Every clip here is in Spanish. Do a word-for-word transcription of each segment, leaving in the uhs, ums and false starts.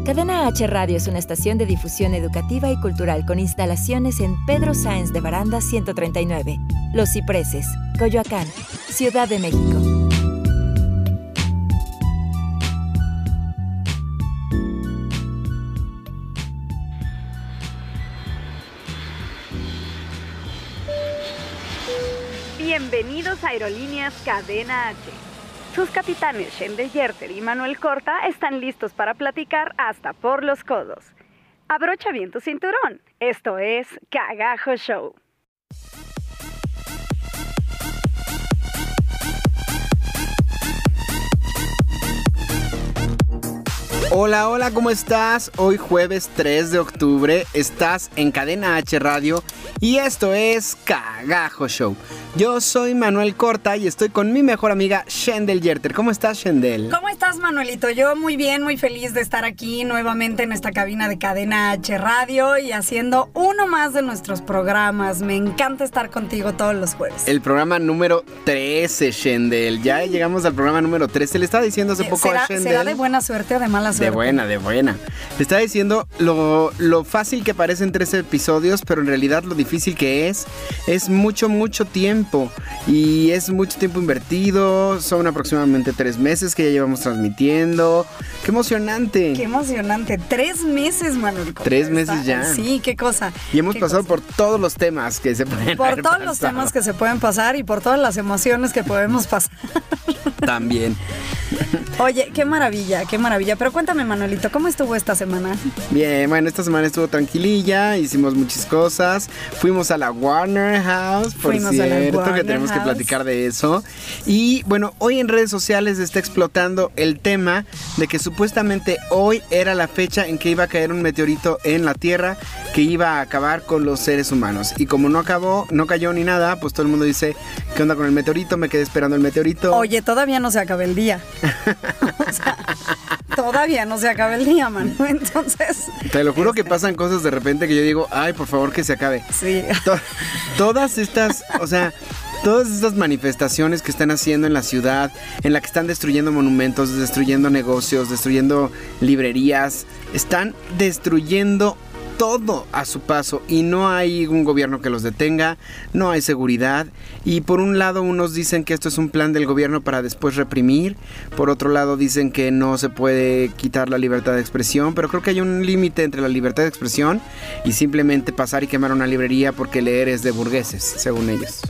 Cadena H Radio es una estación de difusión educativa y cultural con instalaciones en Pedro Sáenz de Baranda ciento treinta y nueve, Los Cipreses, Coyoacán, Ciudad de México. Bienvenidos a Aerolíneas Cadena H. Sus capitanes Shendel Yerter y Manuel Corta están listos para platicar hasta por los codos. Abrocha bien tu cinturón. Esto es Cagajo Show. Hola, hola, ¿cómo estás? Hoy jueves tres de octubre estás en Cadena H Radio y esto es Cagajo Show. Yo soy Manuel Corta y estoy con mi mejor amiga Shendel Yerter. ¿Cómo estás, Shendel? ¿Cómo estás, Manuelito? Yo muy bien, muy feliz de estar aquí nuevamente en esta cabina de Cadena H Radio y haciendo uno más de nuestros programas. Me encanta estar contigo todos los jueves. El programa número trece, Shendel. Ya llegamos al programa número trece. Le estaba diciendo hace poco ¿Será, a Shendel. ¿Será de buena suerte o de mala suerte? De buena, de buena. Le estaba diciendo lo, lo fácil que parecen trece episodios, pero en realidad lo difícil que es. Es mucho, mucho tiempo. Y es mucho tiempo invertido. Son aproximadamente tres meses que ya llevamos transmitiendo. ¡Qué emocionante! ¡Qué emocionante! Tres meses, Manuel. Tres meses ya. Sí, qué cosa. Y hemos qué pasado cosa. por todos los temas que se pueden Por haber todos pasado. los temas que se pueden pasar y por todas las emociones que podemos pasar. También. Oye, qué maravilla, qué maravilla. Pero cuéntame, Manuelito, ¿cómo estuvo esta semana? Bien, bueno, esta semana estuvo tranquililla, hicimos muchas cosas. Fuimos a la Warner House, por Fuimos cierto, a la Warner que tenemos House. que platicar de eso. Y bueno, hoy en redes sociales está explotando el tema de que supuestamente hoy era la fecha en que iba a caer un meteorito en la Tierra que iba a acabar con los seres humanos. Y como no acabó, no cayó ni nada, pues todo el mundo dice, ¿qué onda con el meteorito? Me quedé esperando el meteorito. Oye, todavía no se acaba el día. O sea, todavía no se acaba el día, Manu. Entonces... Te lo juro este... que pasan cosas de repente que yo digo, ay, por favor que se acabe. Sí. To- todas estas, o sea... Todas estas manifestaciones que están haciendo en la ciudad, en la que están destruyendo monumentos, destruyendo negocios, destruyendo librerías, están destruyendo todo a su paso y no hay un gobierno que los detenga, no hay seguridad y por un lado unos dicen que esto es un plan del gobierno para después reprimir, por otro lado dicen que no se puede quitar la libertad de expresión, pero creo que hay un límite entre la libertad de expresión y simplemente pasar y quemar una librería porque leer es de burgueses, según ellos.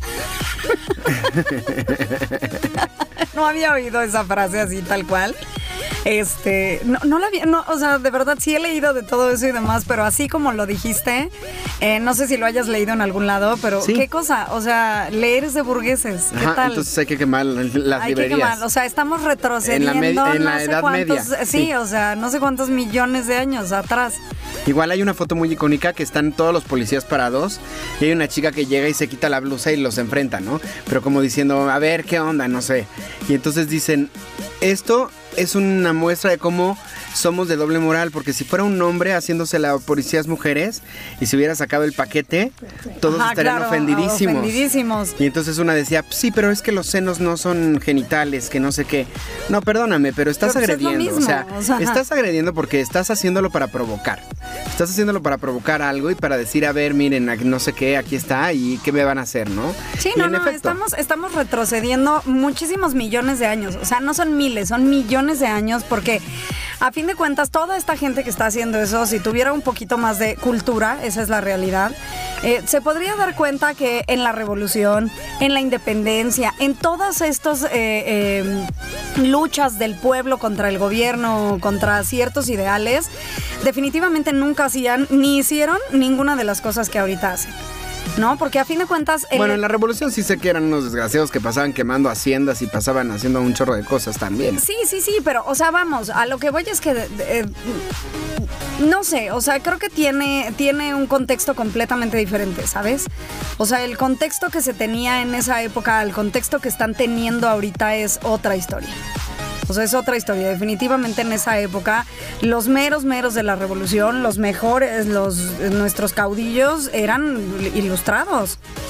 No había oído esa frase así tal cual. Este, no, no la había, no, o sea, de verdad sí he leído de todo eso y demás, pero así como lo dijiste, eh, no sé si lo hayas leído en algún lado, pero ¿sí? ¿Qué cosa? O sea, leer es de burgueses. ¿Qué Ajá, tal? entonces hay que quemar las hay librerías. Que quemar, o sea, estamos retrocediendo en la, med- en la no sé edad cuántos, media. sí, Sí, o sea, no sé cuántos millones de años atrás. Igual hay una foto muy icónica que están todos los policías parados y hay una chica que llega y se quita la blusa y los enfrenta, ¿no? Pero como diciendo, a ver, ¿qué onda? No sé. Y entonces dicen, esto es una muestra de cómo somos de doble moral, porque si fuera un hombre haciéndose la policías mujeres y se hubiera sacado el paquete, todos Ajá, estarían claro, ofendidísimos. ofendidísimos. Y entonces una decía, sí, pero es que los senos no son genitales, que no sé qué. No, perdóname, pero estás Pero pues es lo agrediendo. mismo, o, sea, o sea, estás agrediendo porque estás haciéndolo para provocar. Estás haciéndolo para provocar algo y para decir, a ver, miren, aquí no sé qué, aquí está y qué me van a hacer, ¿no? Sí, y no, en no, efecto, estamos, estamos retrocediendo muchísimos millones de años. O sea, no son miles, son millones de años porque a fin de cuentas toda esta gente que está haciendo eso, si tuviera un poquito más de cultura, esa es la realidad, eh, se podría dar cuenta que en la revolución, en la independencia, en todas estas eh, eh, luchas del pueblo contra el gobierno, contra ciertos ideales, definitivamente nunca hacían ni hicieron ninguna de las cosas que ahorita hacen. ¿No? Porque a fin de cuentas... El... Bueno, en la revolución sí sé que eran unos desgraciados que pasaban quemando haciendas y pasaban haciendo un chorro de cosas también. Sí, sí, sí, pero, o sea, vamos, a lo que voy es que... Eh, no sé, o sea, creo que tiene, tiene un contexto completamente diferente, ¿sabes? O sea, el contexto que se tenía en esa época, el contexto que están teniendo ahorita es otra historia. O sea, es otra historia. Definitivamente en esa época, los meros meros de la revolución, los mejores, los nuestros caudillos eran ilustrados.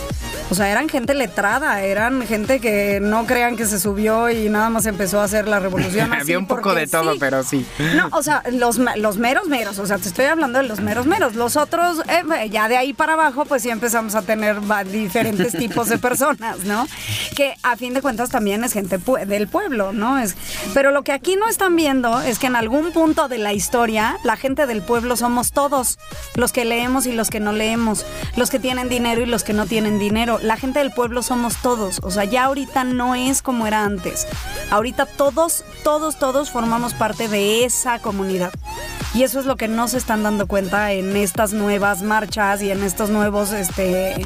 O sea, eran gente letrada, eran gente que no crean que se subió y nada más empezó a hacer la revolución así. Había un poco de todo, sí. pero sí. No, o sea, los, los meros meros, o sea, te estoy hablando de los meros meros. Los otros, eh, ya de ahí para abajo, pues sí empezamos a tener diferentes tipos de personas, ¿no? Que a fin de cuentas también es gente pu- del pueblo, ¿no? Es, pero lo que aquí no están viendo es que en algún punto de la historia, la gente del pueblo somos todos, los que leemos y los que no leemos, los que tienen dinero y los que no tienen dinero. La gente del pueblo somos todos, o sea, ya ahorita no es como era antes. Ahorita todos, todos, todos formamos parte de esa comunidad. Y eso es lo que no se están dando cuenta en estas nuevas marchas y en estos nuevos, este...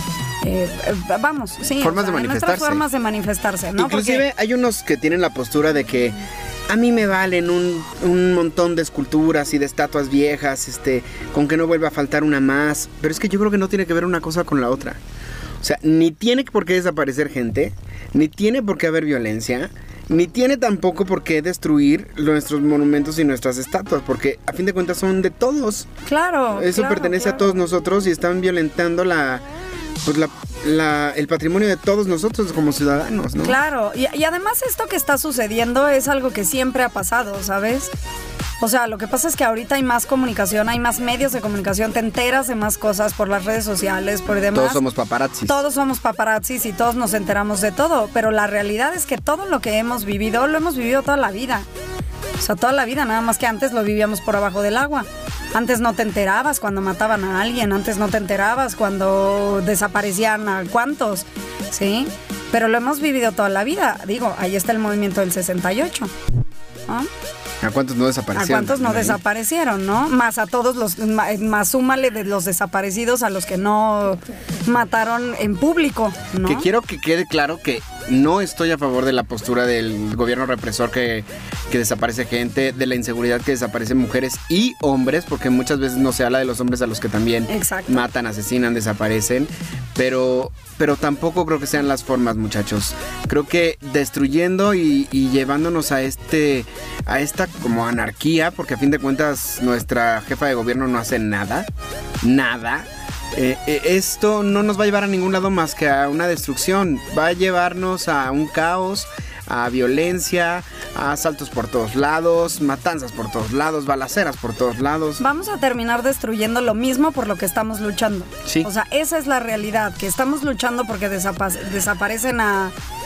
Eh, vamos, sí. Formas o sea, de manifestarse. formas de manifestarse, ¿no? Inclusive Porque hay unos que tienen la postura de que a mí me valen un, un montón de esculturas y de estatuas viejas, este, con que no vuelva a faltar una más. Pero es que yo creo que no tiene que ver una cosa con la otra. O sea, ni tiene por qué desaparecer gente, ni tiene por qué haber violencia, ni tiene tampoco por qué destruir nuestros monumentos y nuestras estatuas, porque a fin de cuentas son de todos. Claro. Eso claro, pertenece claro. a todos nosotros y están violentando la, pues la, la, el patrimonio de todos nosotros como ciudadanos, ¿no? Claro, y, y además esto que está sucediendo es algo que siempre ha pasado, ¿sabes? O sea, lo que pasa es que ahorita hay más comunicación, hay más medios de comunicación, te enteras de más cosas por las redes sociales, por demás. Todos somos paparazzis. Todos somos paparazzis y todos nos enteramos de todo, pero la realidad es que todo lo que hemos vivido, lo hemos vivido toda la vida. O sea, toda la vida, nada más que antes lo vivíamos por abajo del agua. Antes no te enterabas cuando mataban a alguien, antes no te enterabas cuando desaparecían a cuántos, ¿sí? Pero lo hemos vivido toda la vida. Digo, ahí está el movimiento del sesenta y ocho, ¿no? ¿A cuántos no ¿A desaparecieron? cuántos no Ahí. desaparecieron, no? Más a todos los, más súmale de los desaparecidos a los que no mataron en público, ¿no? Que quiero que quede claro que no estoy a favor de la postura del gobierno represor que, que desaparece gente, de la inseguridad que desaparecen mujeres y hombres, porque muchas veces no se habla de los hombres a los que también Exacto. matan, asesinan, desaparecen, pero, pero tampoco creo que sean las formas, muchachos. Creo que destruyendo y, y llevándonos a este a esta como anarquía, porque a fin de cuentas nuestra jefa de gobierno no hace nada, nada. Eh, eh, esto no nos va a llevar a ningún lado más que a una destrucción. Va a llevarnos a un caos, a violencia, a asaltos por todos lados, matanzas por todos lados, balaceras por todos lados. Vamos a terminar destruyendo lo mismo por lo que estamos luchando. Sí. O sea, esa es la realidad, que estamos luchando porque desapa- desaparecen a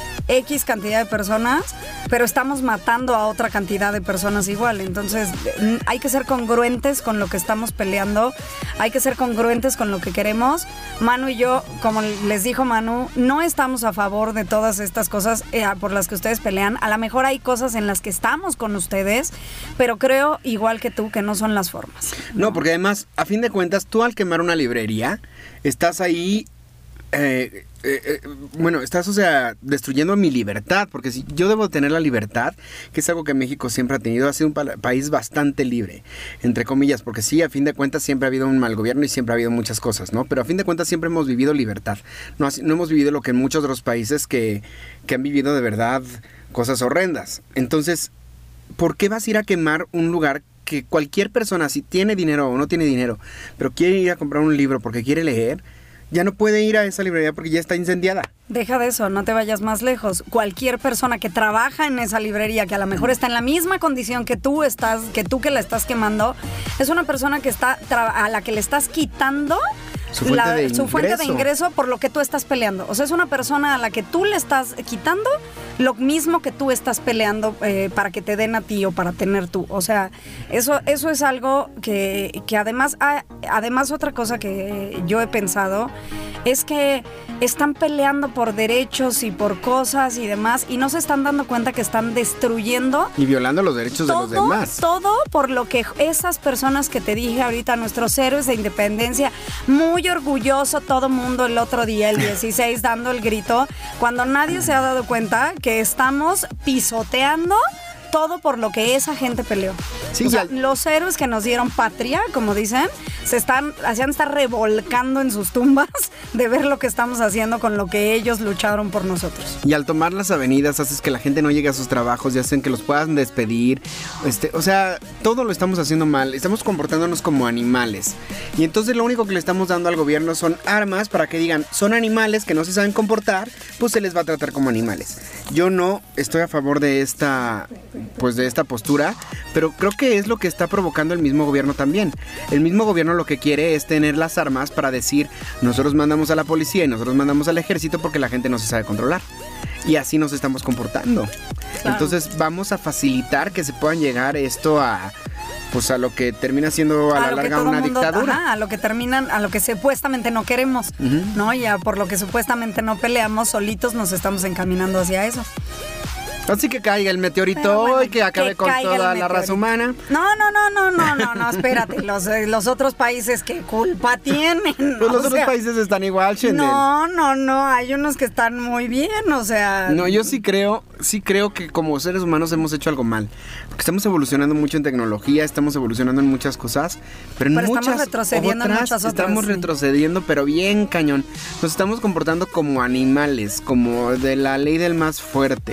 X cantidad de personas, pero estamos matando a otra cantidad de personas igual. Entonces, hay que ser congruentes con lo que estamos peleando, hay que ser congruentes con lo que queremos. Manu y yo, como les dijo Manu, no estamos a favor de todas estas cosas eh, por las que ustedes pelean. A lo mejor hay cosas en las que estamos con ustedes, pero creo, igual que tú, que no son las formas. No, porque además, a fin de cuentas, tú al quemar una librería, estás ahí... Eh, eh, eh, bueno, estás, o sea, destruyendo mi libertad, porque si yo debo tener la libertad, que es algo que México siempre ha tenido, ha sido un pa- país bastante libre, entre comillas, porque sí, a fin de cuentas siempre ha habido un mal gobierno y siempre ha habido muchas cosas, ¿no? Pero a fin de cuentas siempre hemos vivido libertad, no, no hemos vivido lo que en muchos otros países que, que han vivido de verdad cosas horrendas. Entonces, ¿por qué vas a ir a quemar un lugar que cualquier persona, si tiene dinero o no tiene dinero, pero quiere ir a comprar un libro porque quiere leer, ya no puede ir a esa librería porque ya está incendiada? Deja de eso, no te vayas más lejos. Cualquier persona que trabaja en esa librería, que a lo mejor está en la misma condición que tú estás, que tú que la estás quemando, es una persona que está a la que le estás quitando Su fuente, la, de su fuente de ingreso. ingreso por lo que tú estás peleando. O sea, es una persona a la que tú le estás quitando lo mismo que tú estás peleando eh, para que te den a ti o para tener tú. O sea, eso, eso es algo que, que además, ah, además otra cosa que yo he pensado es que están peleando por derechos y por cosas y demás y no se están dando cuenta que están destruyendo Y violando los derechos todo, de los demás. todo por lo que esas personas que te dije ahorita, nuestros héroes de independencia, muy orgulloso todo mundo el otro día, el dieciséis, dando el grito, cuando nadie se ha dado cuenta que estamos pisoteando todo por lo que esa gente peleó. Sí, o sea, al... los héroes que nos dieron patria, como dicen, se están, hacían estar revolcando en sus tumbas de ver lo que estamos haciendo con lo que ellos lucharon por nosotros. Y al tomar las avenidas haces que la gente no llegue a sus trabajos y hacen que los puedan despedir. Este, o sea, todo lo estamos haciendo mal. Estamos comportándonos como animales. Y entonces lo único que le estamos dando al gobierno son armas para que digan, son animales que no se saben comportar, pues se les va a tratar como animales. Yo no estoy a favor de esta, pues de esta postura, pero creo que es lo que está provocando el mismo gobierno también. El mismo gobierno lo que quiere es tener las armas para decir, nosotros mandamos a la policía y nosotros mandamos al ejército porque la gente no se sabe controlar. Y así nos estamos comportando. Claro. Entonces vamos a facilitar que se puedan llegar esto a... pues a lo que termina siendo a, a la larga una mundo, dictadura. Ajá, a lo que terminan, a lo que supuestamente no queremos, uh-huh. ¿no? Y a por lo que supuestamente no peleamos, solitos nos estamos encaminando hacia eso. Así que caiga el meteorito bueno, y que acabe que con toda la raza humana. No, no, no, no, no, no, no, espérate. Los, los otros países, ¿qué culpa tienen? Pues los o otros sea, países están igual, Shendel. No, no, no, hay unos que están muy bien, o sea... No, yo sí creo, sí creo que como seres humanos hemos hecho algo mal. Porque estamos evolucionando mucho en tecnología, estamos evolucionando en muchas cosas, pero en pero muchas estamos retrocediendo otras, en muchas otras. Estamos sí. retrocediendo, pero bien cañón. Nos estamos comportando como animales, como de la ley del más fuerte.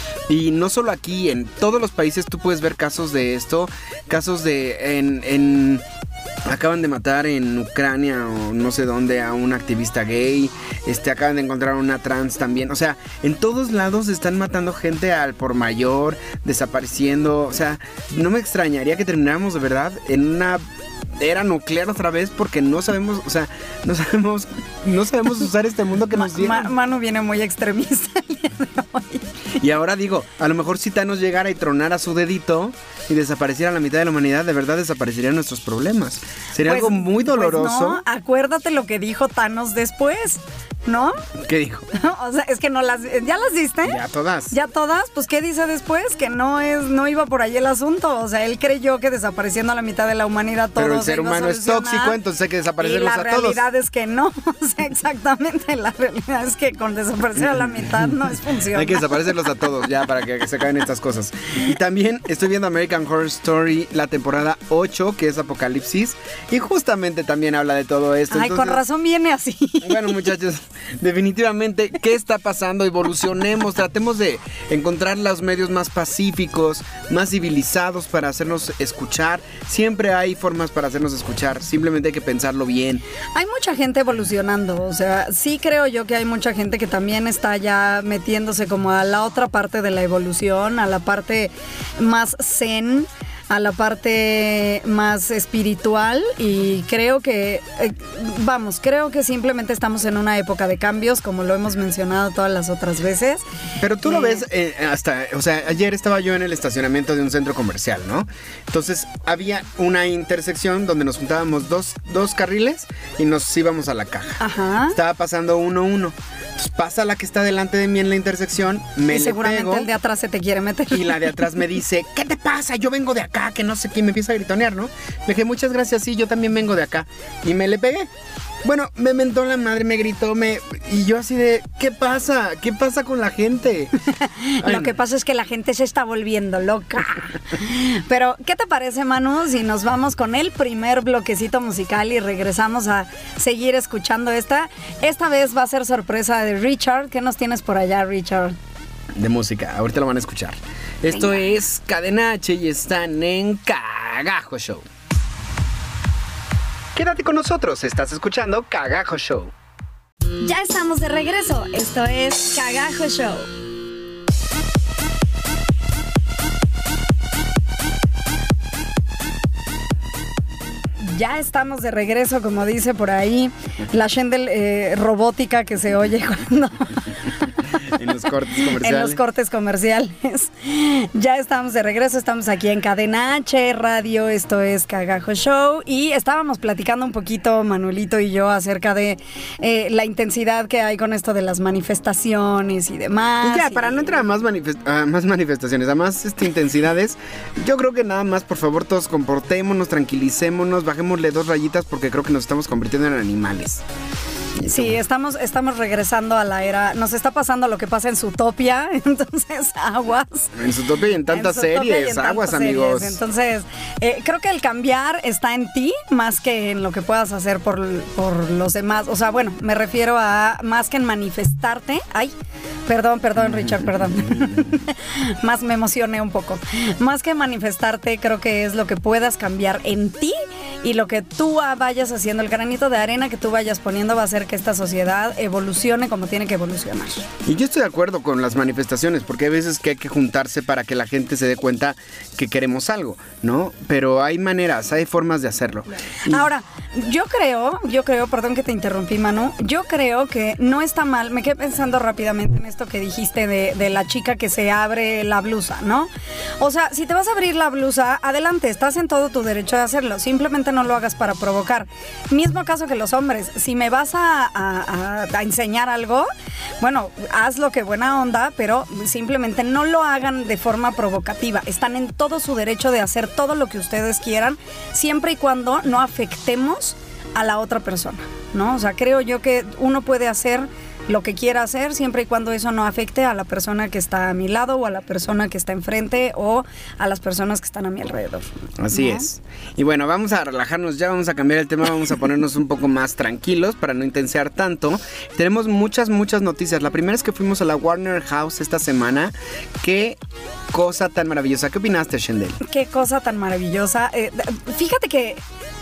Y no solo aquí, en todos los países tú puedes ver casos de esto, casos de en, en acaban de matar en Ucrania o no sé dónde a un activista gay, este acaban de encontrar una trans también, o sea, en todos lados están matando gente al por mayor, desapareciendo, o sea, no me extrañaría que termináramos de verdad en una era nuclear otra vez porque no sabemos, o sea, no sabemos, no sabemos usar este mundo que Ma- nos dieron. Ma- Manu viene muy extremista el día de hoy. Y ahora digo, a lo mejor si Thanos llegara y tronara su dedito y desapareciera la mitad de la humanidad, de verdad desaparecerían nuestros problemas. Sería pues, algo muy doloroso. Pues no, acuérdate lo que dijo Thanos después, ¿no? ¿Qué dijo? O sea, es que no las, ¿ya las viste? Ya todas. Ya todas, pues ¿qué dice después? Que no es, no iba por ahí el asunto, o sea, él creyó que desapareciendo a la mitad de la humanidad todo Pero el ser humano es tóxico, entonces hay que desaparecerlos a todos. Y la realidad es que no, o sea, exactamente, la realidad es que con desaparecer a la mitad no es funcional. Hay que desaparecerlos a todos ya para que, que se acaben estas cosas. Y también estoy viendo American Horror Story, la temporada ocho, que es Apocalipsis, y justamente también habla de todo esto. Ay, entonces, con razón viene así. Bueno, muchachos, definitivamente, ¿qué está pasando? Evolucionemos, tratemos de encontrar los medios más pacíficos, más civilizados para hacernos escuchar. Siempre hay formas para hacernos escuchar, simplemente hay que pensarlo bien. Hay mucha gente evolucionando, o sea, sí creo yo que hay mucha gente que también está ya metiéndose como a la otra parte de la evolución, a la parte más zen, a la parte más espiritual, y creo que, eh, vamos, creo que simplemente estamos en una época de cambios, como lo hemos mencionado todas las otras veces. Pero tú eh, lo ves eh, hasta, o sea, ayer estaba yo en el estacionamiento de un centro comercial, ¿no? Entonces había una intersección donde nos juntábamos dos, dos carriles y nos íbamos a la caja. Ajá. Estaba pasando uno a uno. Entonces pasa la que está delante de mí en la intersección, me y le seguramente pego, el de atrás se te quiere meter. Y la de atrás me dice, ¿qué te pasa? Yo vengo de acá, que no sé quién, me empieza a gritonear, ¿no? Le dije, muchas gracias, sí, yo también vengo de acá. Y me le pegué. Bueno, me mentó la madre, me gritó, me... y yo así de, ¿qué pasa? ¿Qué pasa con la gente? Lo que pasa es que la gente se está volviendo loca. Pero, ¿qué te parece, Manu, si nos vamos con el primer bloquecito musical y regresamos a seguir escuchando esta? Esta vez va a ser sorpresa de Richard. ¿Qué nos tienes por allá, Richard? De música, ahorita lo van a escuchar. Esto Venga. Es Cadena H y están en Cagajo Show. Quédate con nosotros, estás escuchando Cagajo Show. Ya estamos de regreso, esto es Cagajo Show. Ya estamos de regreso, como dice por ahí la Shendel eh, robótica que se oye cuando... En los cortes comerciales. En los cortes comerciales. Ya estamos de regreso, estamos aquí en Cadena H Radio, esto es Cagajo Show, y estábamos platicando un poquito, Manuelito y yo, acerca de eh, la intensidad que hay con esto de las manifestaciones y demás. Ya, y... para no entrar a más, manifest- a más manifestaciones, a más este, intensidades, yo creo que nada más, por favor, todos comportémonos, tranquilicémonos, bajémosle dos rayitas porque creo que nos estamos convirtiendo en animales. Sí, estamos, estamos regresando a la era, nos está pasando lo que pasa en Zootopia, entonces aguas. En Zootopia y en tantas en series, series, y en aguas tantas amigos. Series. Entonces, eh, creo que el cambiar está en ti más que en lo que puedas hacer por, por los demás. O sea, bueno, me refiero a más que en manifestarte. Ay, perdón, perdón, Richard, perdón. Más me emocioné un poco. Más que manifestarte, creo que es lo que puedas cambiar en ti y lo que tú vayas haciendo, el granito de arena que tú vayas poniendo va a hacer que esta sociedad evolucione como tiene que evolucionar. Y yo estoy de acuerdo con las manifestaciones, porque hay veces que hay que juntarse para que la gente se dé cuenta que queremos algo, ¿no? Pero hay maneras, hay formas de hacerlo. Ahora, yo creo, yo creo, perdón que te interrumpí, Manu, yo creo que no está mal, me quedé pensando rápidamente en esto que dijiste de, de la chica que se abre la blusa, ¿no? O sea, si te vas a abrir la blusa, adelante, estás en todo tu derecho de hacerlo, simplemente no lo hagas para provocar. Mismo caso que los hombres, si me vas a, a, a, a enseñar algo, bueno, hazlo que buena onda, pero simplemente no lo hagan de forma provocativa. Están en todo su derecho de hacer todo lo que ustedes quieran, siempre y cuando no afectemos a la otra persona, ¿no? O sea, creo yo que uno puede hacer lo que quiera hacer siempre y cuando eso no afecte a la persona que está a mi lado o a la persona que está enfrente o a las personas que están a mi alrededor. Así ¿no? es. Y bueno, vamos a relajarnos ya, vamos a cambiar el tema, vamos a ponernos un poco más tranquilos para no intensear tanto. Tenemos muchas, muchas noticias. La primera es que fuimos a la Warner House esta semana. Qué cosa tan maravillosa. ¿Qué opinaste, Shendel? Qué cosa tan maravillosa. Eh, fíjate que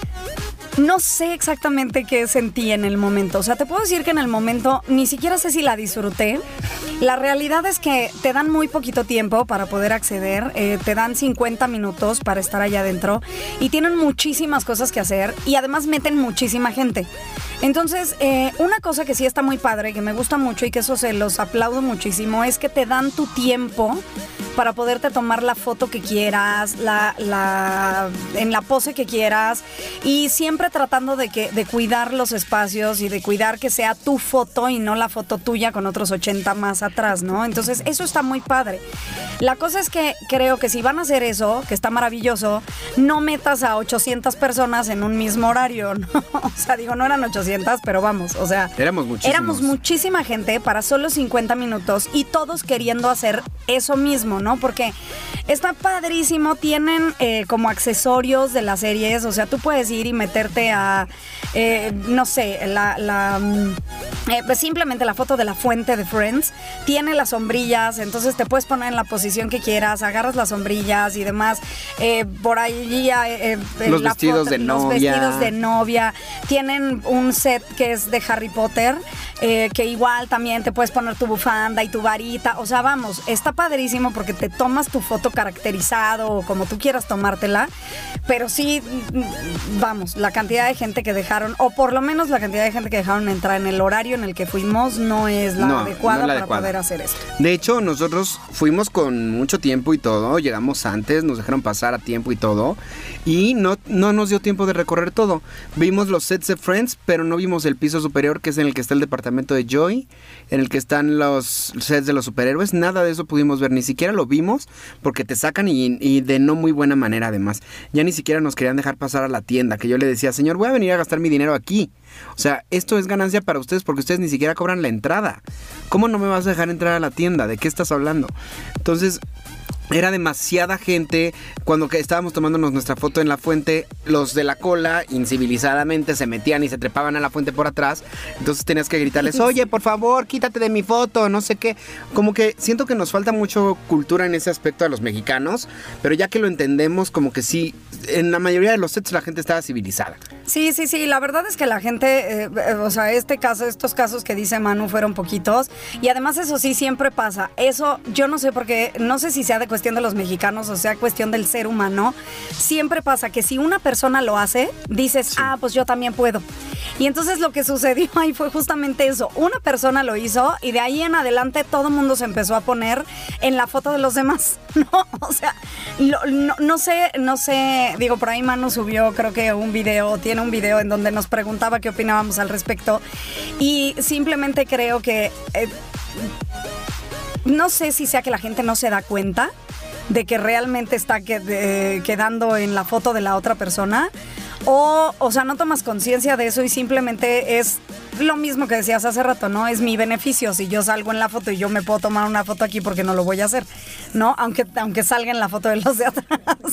no sé exactamente qué sentí en el momento. O sea, te puedo decir que en el momento ni siquiera sé si la disfruté. La realidad es que te dan muy poquito tiempo para poder acceder. Eh, te dan cincuenta minutos para estar allá adentro. Y tienen muchísimas cosas que hacer. Y además meten muchísima gente. Entonces, eh, una cosa que sí está muy padre, que me gusta mucho y que eso se los aplaudo muchísimo, es que te dan tu tiempo para poderte tomar la foto que quieras, la, la, en la pose que quieras, y siempre tratando de, que, de cuidar los espacios y de cuidar que sea tu foto y no la foto tuya con otros ochenta más atrás, ¿no? Entonces, eso está muy padre. La cosa es que creo que si van a hacer eso, que está maravilloso, no metas a ochocientas personas en un mismo horario, ¿no? O sea, digo, no eran ochocientas, pero vamos, o sea... Éramos muchísimos. Éramos muchísima gente para solo cincuenta minutos y todos queriendo hacer eso mismo, ¿no? Porque está padrísimo, tienen eh, como accesorios de las series, o sea, tú puedes ir y meterte a, eh, no sé, la, la eh, pues simplemente la foto de la fuente de Friends, tiene las sombrillas, entonces te puedes poner en la posición que quieras, agarras las sombrillas y demás, eh, por ahí eh, eh, los la vestidos foto, de los novia. vestidos de novia, tienen un set que es de Harry Potter, eh, que igual también te puedes poner tu bufanda y tu varita, o sea, vamos, está padrísimo porque te tomas tu foto caracterizado o como tú quieras tomártela, pero sí, vamos, la cantidad de gente que dejaron, o por lo menos la cantidad de gente que dejaron entrar en el horario en el que fuimos no es la No, adecuada no es la para adecuada. poder hacer esto. De hecho, nosotros fuimos con mucho tiempo y todo, llegamos antes, nos dejaron pasar a tiempo y todo, y no, no nos dio tiempo de recorrer todo. Vimos los sets de Friends, pero no vimos el piso superior, que es en el que está el departamento de Joey, en el que están los sets de los superhéroes. Nada de eso pudimos ver, ni siquiera lo vimos, porque te sacan y, y de no muy buena manera además. Ya ni siquiera nos querían dejar pasar a la tienda, que yo le decía, señor, voy a venir a gastar mi dinero aquí. O sea, esto es ganancia para ustedes porque ustedes ni siquiera cobran la entrada. ¿Cómo no me vas a dejar entrar a la tienda? ¿De qué estás hablando? Entonces... era demasiada gente. Cuando que estábamos tomándonos nuestra foto en la fuente, los de la cola incivilizadamente se metían y se trepaban a la fuente por atrás. Entonces tenías que gritarles, oye, por favor, quítate de mi foto, no sé qué. Como que siento que nos falta mucho cultura en ese aspecto a los mexicanos, pero ya que lo entendemos, como que sí, en la mayoría de los sets la gente estaba civilizada. Sí, sí, sí, la verdad es que la gente, eh, o sea, este caso, estos casos que dice Manu fueron poquitos, y además eso sí siempre pasa. Eso yo no sé por qué, no sé si sea de cuestión de los mexicanos o sea cuestión del ser humano, siempre pasa que si una persona lo hace, dices, sí. ah, pues yo también puedo. Y entonces lo que sucedió ahí fue justamente eso, una persona lo hizo y de ahí en adelante todo el mundo se empezó a poner en la foto de los demás, ¿no? O sea, lo, no, no sé, no sé, digo, por ahí Manu subió creo que un video, tiene un video en donde nos preguntaba qué opinábamos al respecto y simplemente creo que eh, no sé si sea que la gente no se da cuenta de que realmente está que, de, quedando en la foto de la otra persona o, o sea, no tomas conciencia de eso y simplemente es lo mismo que decías hace rato, ¿no? Es mi beneficio. Si yo salgo en la foto y yo me puedo tomar una foto aquí, porque no lo voy a hacer, ¿no? Aunque, aunque salga en la foto de los de atrás.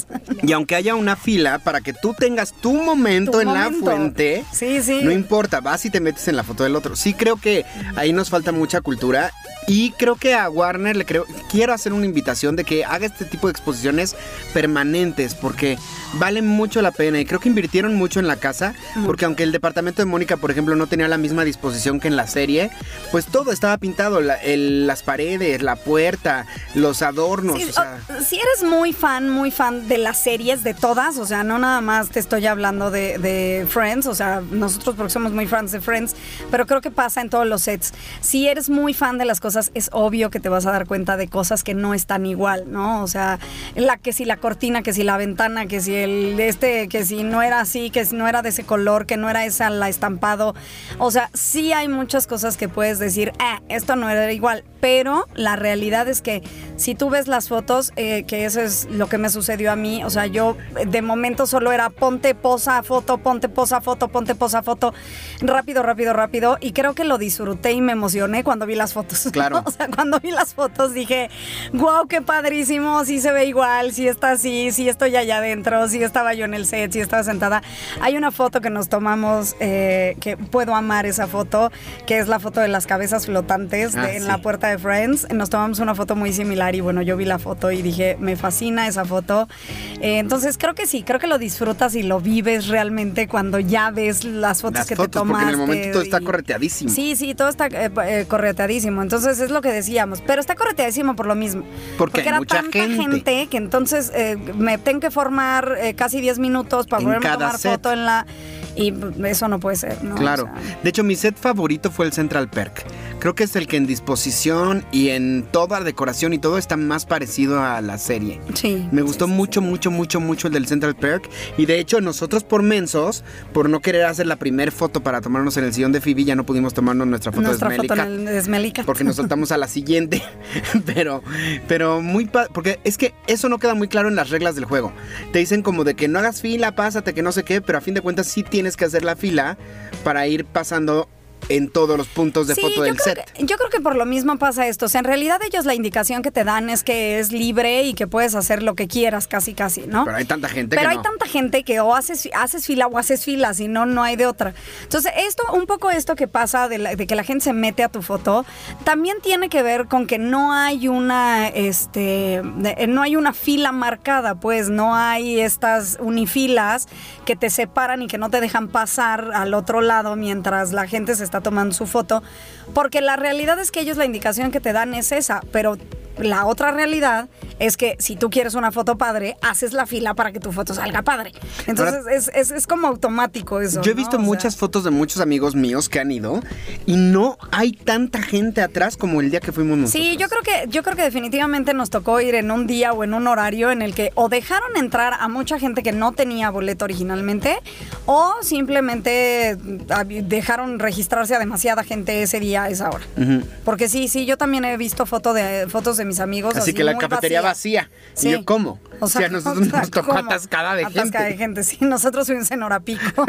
Y aunque haya una fila para que tú tengas tu momento Tu en momento. la fuente, Sí, sí. no importa, vas y te metes en la foto del otro. Sí creo que ahí nos falta mucha cultura y creo que a Warner le creo, quiero hacer una invitación de que haga este tipo de exposiciones permanentes porque vale mucho la pena y creo que invirtieron mucho en la casa porque aunque el departamento de Mónica, por ejemplo, no tenía la misma disposición que en la serie, pues todo estaba pintado, la- el- las paredes, la puerta, los adornos, Sí, o sea... o- si eres muy fan, muy fan de las series, de todas, o sea, no nada más te estoy hablando de, de Friends, o sea, nosotros porque somos muy fans de Friends, pero creo que pasa en todos los sets. Si eres muy fan de las cosas, es obvio que te vas a dar cuenta de cosas que no están igual, ¿no? O sea, la que si la cortina, que si la ventana, que si el este, que si no era así, que si no era de ese color, que no era esa la estampado. O sea, sí hay muchas cosas que puedes decir, ah, esto no era igual, pero la realidad es que si tú ves las fotos, eh, que eso es lo que me sucedió a mí, o sea, yo eh, de momento solo era ponte, posa, foto, ponte, posa, foto, ponte, posa, foto, rápido, rápido, rápido, y creo que lo disfruté y me emocioné cuando vi las fotos. Claro. O sea, cuando vi las fotos dije, wow, qué padrísimo, sí se ve igual, sí está así, sí estoy allá adentro, sí estaba yo en el set, sí estaba sentada. Hay una foto que nos tomamos, eh, que puedo amar esa foto, que es la foto de las cabezas flotantes de, Ah, en sí. la puerta de Friends. Nos tomamos una foto muy similar y bueno, yo vi la foto y dije, me fascina esa foto. Eh, entonces creo que sí, creo que lo disfrutas y lo vives realmente cuando ya ves las fotos Las que fotos, te tomaste. porque en el momento todo está y- correteadísimo. Sí, sí, todo está eh, eh, correteadísimo. Entonces es lo que decíamos. Pero está correteadísimo por lo mismo. Porque hay era mucha tanta gente. gente que entonces eh, me tengo que formar eh, casi diez minutos para En poderme cada tomar set. foto en la... Y p- eso no puede ser, ¿no? Claro. O sea, De hecho, mi set favorito fue el Central Perk. Creo que es el que en disposición y en toda decoración y todo está más parecido a la serie. sí. Me gustó sí, sí, mucho, sí. mucho, mucho, mucho el del Central Perk. Y de hecho, nosotros por mensos, por no querer hacer la primer foto para tomarnos en el sillón de Phoebe, ya no pudimos tomarnos nuestra foto Nuestra de foto Smelly en el de Smelly Cat. porque nos saltamos a la siguiente. pero, pero muy pa- porque es que eso no queda muy claro en las reglas del juego. Te dicen como de que no hagas fila, pásate, que no sé qué, pero a fin de cuentas sí tienes que hacer la fila para ir pasando en todos los puntos de Sí, foto yo del creo set. que- yo creo que por lo mismo pasa esto. O sea, en realidad ellos la indicación que te dan es que es libre y que puedes hacer lo que quieras, casi, casi, ¿no? Pero hay tanta gente Pero que hay no. tanta gente que o haces, haces fila o haces fila, si no, no hay de otra. Entonces, esto, un poco esto que pasa de, la- de que la gente se mete a tu foto, también tiene que ver con que no hay una, este, de- no hay una fila marcada, pues, no hay estas unifilas que te separan y que no te dejan pasar al otro lado mientras la gente se está tomando su foto, porque la realidad es que ellos la indicación que te dan es esa, pero la otra realidad es que si tú quieres una foto padre, haces la fila para que tu foto salga padre. Entonces es, es, es como automático eso. Yo he ¿no? visto O sea, muchas fotos de muchos amigos míos que han ido y no hay tanta gente atrás como el día que fuimos nosotros. Sí, yo creo que yo creo que definitivamente nos tocó ir en un día o en un horario en el que o dejaron entrar a mucha gente que no tenía boleto originalmente o simplemente ah, dejaron registrarse a demasiada gente ese día a esa hora. Ujú. Porque sí, sí, yo también he visto foto de fotos de mis amigos Así, así que la muy cafetería vacía. vacía. Sí. Y yo, ¿cómo? O sea, a nosotros o sea, nos tocó ¿cómo? atascada de Atascada gente. de gente, sí. Nosotros fuimos en hora pico.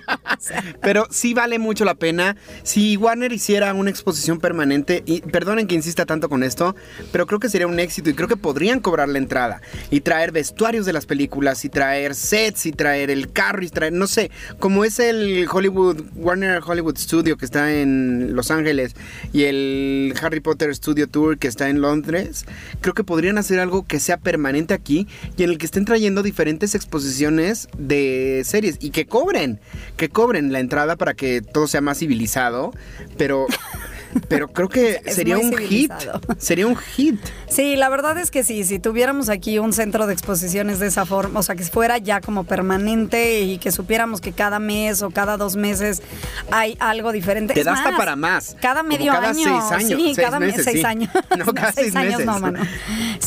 O sea, Pero sí vale mucho la pena. Si Warner hiciera una exposición permanente, y perdonen que insista tanto con esto, pero creo que sería un éxito y creo que podrían cobrar la entrada y traer vestuarios de las películas y traer sets y traer el carro y traer, no sé, como es el Hollywood, Warner Hollywood Studio que está en Los Ángeles y el Harry Potter Studio Tour que está en Londres, creo que podrían hacer algo que sea permanente aquí y en el que estén trayendo diferentes exposiciones de series y que cobren, que cobren la entrada para que todo sea más civilizado, pero pero creo que Es sería muy un hit, civilizado. sería un hit. sí, la verdad es que sí, si tuviéramos aquí un centro de exposiciones de esa forma, o sea, que fuera ya como permanente y que supiéramos que cada mes o cada dos meses hay algo diferente. Te Es da hasta más, para más. Cada Como medio cada año. seis años, Sí, seis cada mes, meses, seis sí. años. No, cada seis años meses. no, mano.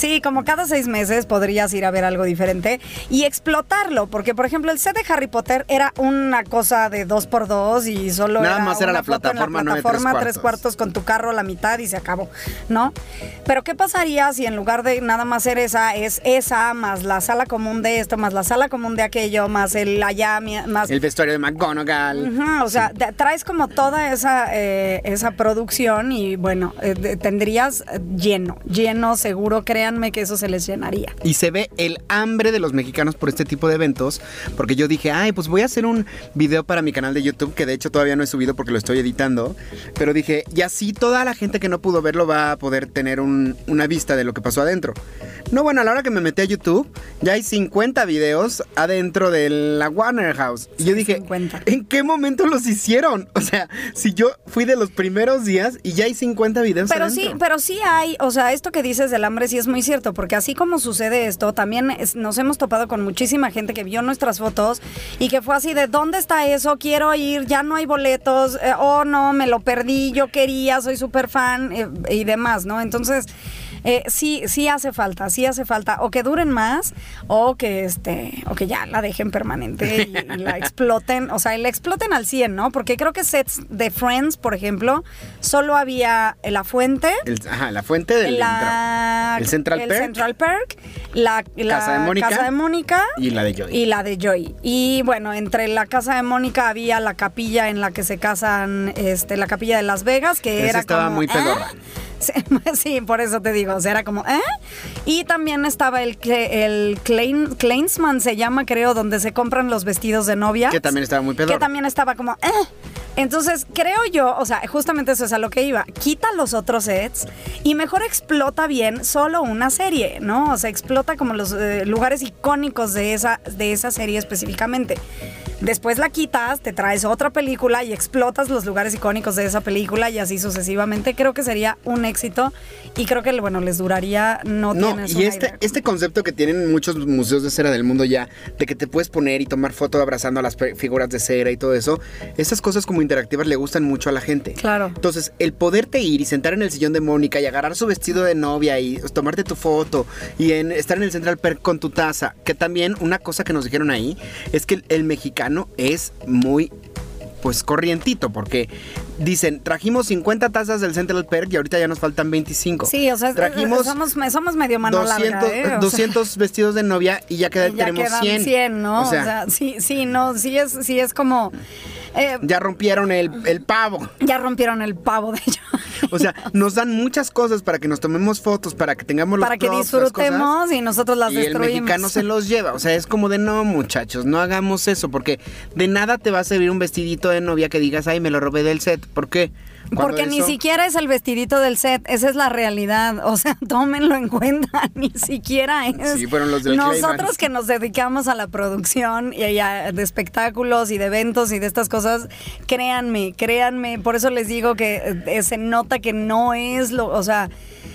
Sí, como cada seis meses podrías ir a ver algo diferente y explotarlo, porque por ejemplo el set de Harry Potter era una cosa de dos por dos y solo Nada era más era una la foto plataforma, en la no de plataforma tres tres cuartos. cuartos con tu carro a la mitad y se acabó, ¿no? Pero ¿qué pasaría si en lugar de nada más ser esa, es esa, más la sala común de esto, más la sala común de aquello, más el allá, más... El vestuario de McGonagall. Uh-huh, o sea, sí. traes como toda esa, eh, esa producción y bueno, eh, de, tendrías lleno, lleno seguro, créanme que eso se les llenaría. Y se ve el hambre de los mexicanos por este tipo de eventos, porque yo dije, ay, pues voy a hacer un video para mi canal de YouTube, que de hecho todavía no he subido porque lo estoy editando, pero dije, y así toda la gente que no pudo verlo va a poder tener un, una vista de lo que pasó adentro. No, bueno, a la hora que me metí a YouTube, ya hay cincuenta videos adentro de la Warner House. Y sí, yo dije, cincuenta. ¿En qué momento los hicieron? O sea, si yo fui de los primeros días y ya hay cincuenta videos pero adentro. Sí, pero sí hay, o sea, esto que dices del hambre sí es muy cierto, porque así como sucede esto, también es, nos hemos topado con muchísima gente que vio nuestras fotos y que fue así de, ¿dónde está eso? Quiero ir, ya no hay boletos, eh, oh no, me lo perdí, yo quería, soy súper fan eh, y demás, ¿no? Entonces... Eh, sí, sí hace falta, sí hace falta, o que duren más, o que este, o que ya la dejen permanente y, y la exploten, o sea, y la exploten al cien, ¿no? Porque creo que sets de Friends, por ejemplo, solo había la fuente, el, ajá, la fuente del la, el Central el Perk, Central Perk, la, la casa, de Mónica, casa de Mónica y la de Joy. Y la de Joy. Y bueno, entre la casa de Mónica había la capilla en la que se casan, este, la capilla de Las Vegas, que Esa era estaba como, muy pedorra. ¿eh? Sí, sí, por eso te digo, o sea, era como, ¿eh? Y también estaba el, el Klein, Kleinsman, se llama, creo, donde se compran los vestidos de novia. Que también estaba muy pedorro. Que también estaba como, ¿eh? Entonces, creo yo, o sea, justamente eso es a lo que iba. Quita los otros sets y mejor explota bien solo una serie, ¿no? O sea, explota como los eh, lugares icónicos de esa, de esa serie específicamente. Después la quitas, te traes otra película y explotas los lugares icónicos de esa película y así sucesivamente. Creo que sería un éxito y creo que, bueno, les duraría, no, no tienes y una este, idea. este concepto que tienen muchos museos de cera del mundo ya, de que te puedes poner y tomar foto abrazando a las figuras de cera y todo eso, esas cosas como interactivas le gustan mucho a la gente. Claro. Entonces, el poderte ir y sentar en el sillón de Mónica y agarrar su vestido de novia y tomarte tu foto y en, estar en el Central Perk con tu taza, que también una cosa que nos dijeron ahí es que el, el mexicano es muy pues corrientito, porque dicen, trajimos cincuenta tazas del Central Perk y ahorita ya nos faltan veinticinco. Sí, o sea, trajimos somos, somos medio mano doscientos, larga, ¿eh? O doscientos sea, vestidos de novia y ya, queda, y ya tenemos quedan cien. cien, ¿no? O sea, o sea, sí, sí, no, sí es, sí es como... Eh, ya rompieron el, el pavo. Ya rompieron el pavo de ellos. O sea, nos dan muchas cosas para que nos tomemos fotos, para que tengamos los para que props, las disfrutemos cosas, y nosotros las y destruimos. el mexicano se los lleva. O sea, es como de no, muchachos, no hagamos eso, porque de nada te va a servir un vestidito de novia que digas, ay, me lo robé del set. ¿Por qué? Porque eso... ni siquiera es el vestidito del set, esa es la realidad, o sea, tómenlo en cuenta, ni siquiera es. Sí, fueron los del Nosotros Clayman. Que nos dedicamos a la producción y a, de espectáculos y de eventos y de estas cosas, créanme, créanme, por eso les digo que eh, se nota que no es lo, o sea,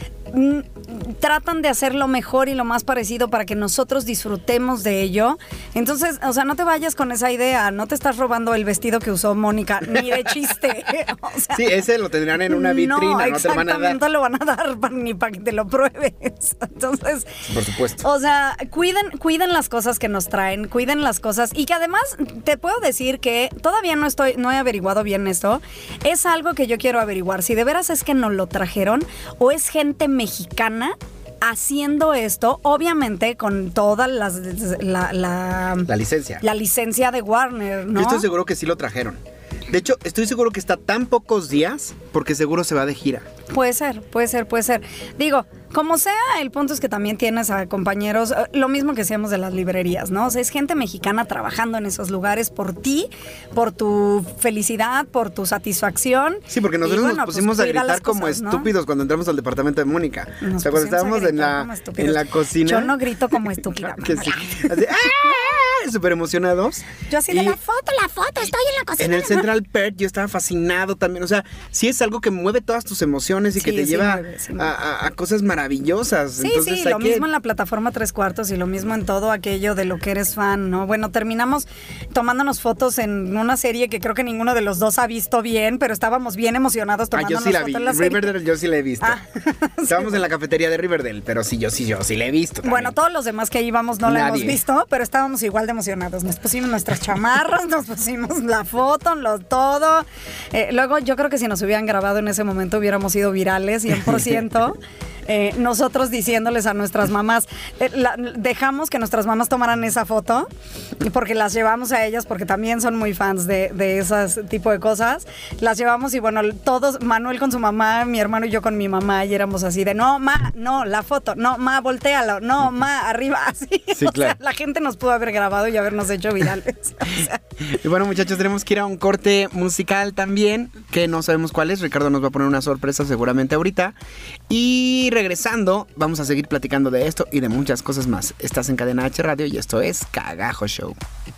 m- tratan de hacerlo mejor y lo más parecido para que nosotros disfrutemos de ello. Entonces, o sea, no te vayas con esa idea, no te estás robando el vestido que usó Mónica, ni de chiste. O sea, sí, ese lo tendrán en una vitrina, no, no te lo van a dar. No te lo van a dar pa- ni para que te lo pruebes. Entonces, por supuesto. O sea, cuiden, cuiden las cosas que nos traen, cuiden las cosas y que además te puedo decir que todavía no estoy, no he averiguado bien esto. Es algo que yo quiero averiguar. Si de veras es que nos lo trajeron o es gente mexicana haciendo esto, obviamente con toda las, la, la, la licencia. La licencia de Warner, ¿no? Yo estoy seguro que sí lo trajeron. De hecho, estoy seguro que está tan pocos días porque seguro se va de gira. Puede ser, puede ser, puede ser. Digo, como sea, el punto es que también tienes a compañeros, lo mismo que decíamos de las librerías, ¿no? O sea, es gente mexicana trabajando en esos lugares por ti, por tu felicidad, por tu satisfacción. Sí, porque nosotros y, bueno, nos pusimos pues, a gritar las como cosas, ¿no? estúpidos cuando entramos al departamento de Mónica. Nos o sea, cuando estábamos en la, en la cocina. Yo no grito como estúpida. que sí. Así, ¡ah! Súper emocionados. Yo así y de la foto, la foto, estoy en la cocina. En el Central Perk yo estaba fascinado también. O sea, sí es algo que mueve todas tus emociones y sí, que te sí lleva mueve, sí a, a, a cosas maravillosas. maravillosas. Sí, Entonces, sí, hay lo que... mismo en la plataforma Tres Cuartos y lo mismo en todo aquello de lo que eres fan, ¿no? Bueno, terminamos tomándonos fotos en una serie que creo que ninguno de los dos ha visto bien, pero estábamos bien emocionados tomándonos ah, yo sí la fotos vi. en la serie. Riverdale yo sí la he visto. Ah. Estábamos sí. en la cafetería de Riverdale, pero sí, yo sí, yo sí la he visto también. Bueno, todos los demás que íbamos no la Nadie. hemos visto, pero estábamos igual de emocionados. Nos pusimos nuestras chamarras, nos pusimos la foto, lo todo. Eh, luego yo creo que si nos hubieran grabado en ese momento hubiéramos sido virales, cien por ciento. Eh, nosotros diciéndoles a nuestras mamás, eh, la, dejamos que nuestras mamás tomaran esa foto porque las llevamos a ellas porque también son muy fans de, de ese tipo de cosas. Las llevamos y bueno, todos, Manuel con su mamá, mi hermano y yo con mi mamá, y éramos así de, no, ma, no, la foto, no, ma, voltealo, no, ma, arriba, así. Sí, o claro. sea, la gente nos pudo haber grabado y habernos hecho virales. O sea. Y bueno, muchachos, tenemos que ir a un corte musical también, que no sabemos cuál es. Ricardo nos va a poner una sorpresa seguramente ahorita. Y regresando, vamos a seguir platicando de esto y de muchas cosas más. Estás en Cadena H Radio y esto es Cagajo Show.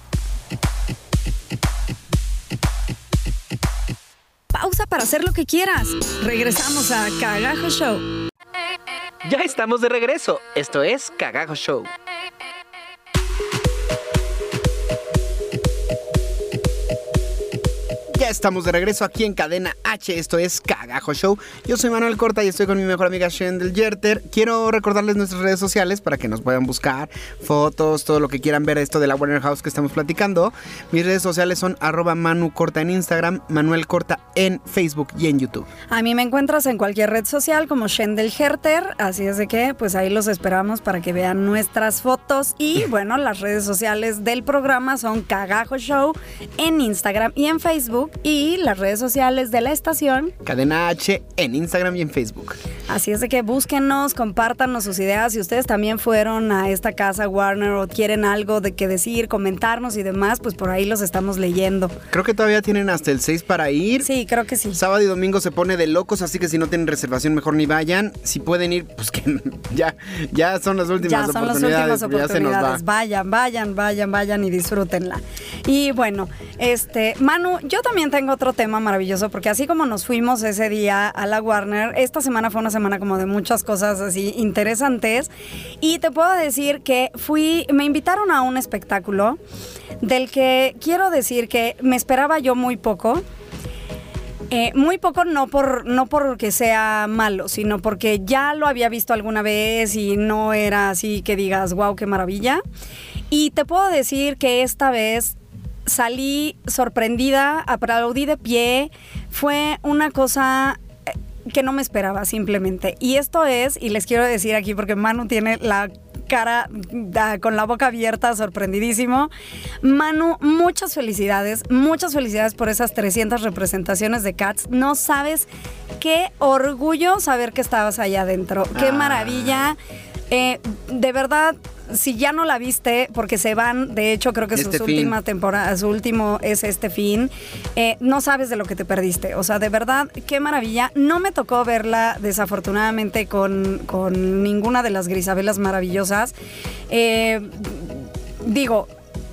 Pausa para hacer lo que quieras. Regresamos a Cagajo Show. Ya estamos de regreso. Esto es Cagajo Show. Ya estamos de regreso aquí en Cadena H, esto es Cagajo Show. Yo soy Manuel Corta y estoy con mi mejor amiga Shendel Yerter. Quiero recordarles nuestras redes sociales para que nos puedan buscar fotos, todo lo que quieran ver de esto de la Warner House que estamos platicando. Mis redes sociales son arroba Manu Corta en Instagram, Manuel Corta en Facebook y en YouTube. A mí me encuentras en cualquier red social como Shendel Yerter, así es de que pues ahí los esperamos para que vean nuestras fotos. Y bueno, las redes sociales del programa son Cagajo Show en Instagram y en Facebook. Y las redes sociales de la estación Cadena H en Instagram y en Facebook. Así es de que búsquennos, compártanos sus ideas. Si ustedes también fueron a esta casa Warner o quieren algo de que decir, comentarnos y demás, pues por ahí los estamos leyendo. Creo que todavía tienen hasta el seis para ir. Sí, creo que sí. Sábado y domingo se pone de locos, así que si no tienen reservación mejor ni vayan. Si pueden ir, pues que ya, ya son las últimas ya son oportunidades. las últimas oportunidades. Ya se nos va. Vayan, vayan, vayan, vayan y disfrútenla. Y bueno, este, Manu, yo también tengo otro tema maravilloso, porque así como nos fuimos ese día a la Warner, esta semana fue una semana como de muchas cosas así interesantes, y te puedo decir que fui, me invitaron a un espectáculo del que quiero decir que me esperaba yo muy poco. Eh, muy poco no por no porque sea malo, sino porque ya lo había visto alguna vez y no era así que digas, wow, qué maravilla. Y te puedo decir que esta vez salí sorprendida, aplaudí de pie, fue una cosa que no me esperaba simplemente. Y esto es, y les quiero decir aquí porque Manu tiene la cara con la boca abierta, sorprendidísimo. Manu, muchas felicidades, muchas felicidades por esas trescientas representaciones de Cats. No sabes qué orgullo saber que estabas allá adentro. Qué ah. maravilla. Eh, de verdad, si ya no la viste, porque se van, de hecho creo que este su fin. última temporada, su último es este fin, eh, no sabes de lo que te perdiste. O sea, de verdad, qué maravilla. No me tocó verla, desafortunadamente, con, con ninguna de las Grisabelas maravillosas. Eh, digo...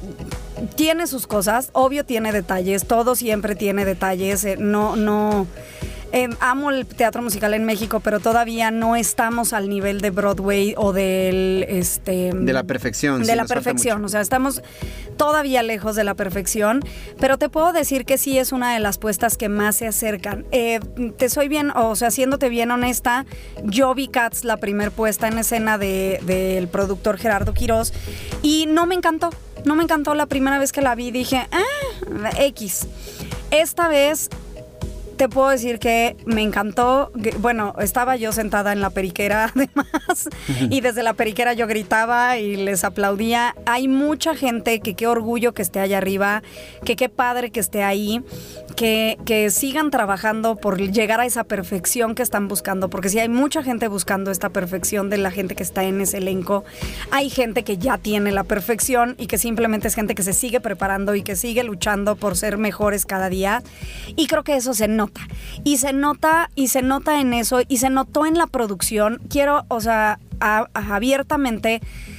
Tiene sus cosas, obvio tiene detalles, todo siempre tiene detalles, eh, no, no... Eh, amo el teatro musical en México, pero todavía no estamos al nivel de Broadway o del... este de la perfección. De sí, la perfección, o sea, estamos todavía lejos de la perfección, pero te puedo decir que sí es una de las puestas que más se acercan. Eh, te soy bien, o sea, siéndote bien honesta, yo vi Cats, la primer puesta en escena de, del productor Gerardo Quirós, y no me encantó, no me encantó la primera vez que la vi, dije, ah, X. Esta vez... Te puedo decir que me encantó. Bueno, estaba yo sentada en la periquera además y desde la periquera yo gritaba y les aplaudía. Hay mucha gente que qué orgullo que esté allá arriba, que qué padre que esté ahí, que, que sigan trabajando por llegar a esa perfección que están buscando, porque sí hay mucha gente buscando esta perfección de la gente que está en ese elenco. Hay gente que ya tiene la perfección y que simplemente es gente que se sigue preparando y que sigue luchando por ser mejores cada día, y creo que eso se nota. Y se nota, y se nota en eso, y se notó en la producción. Quiero, o sea, a, a, abiertamente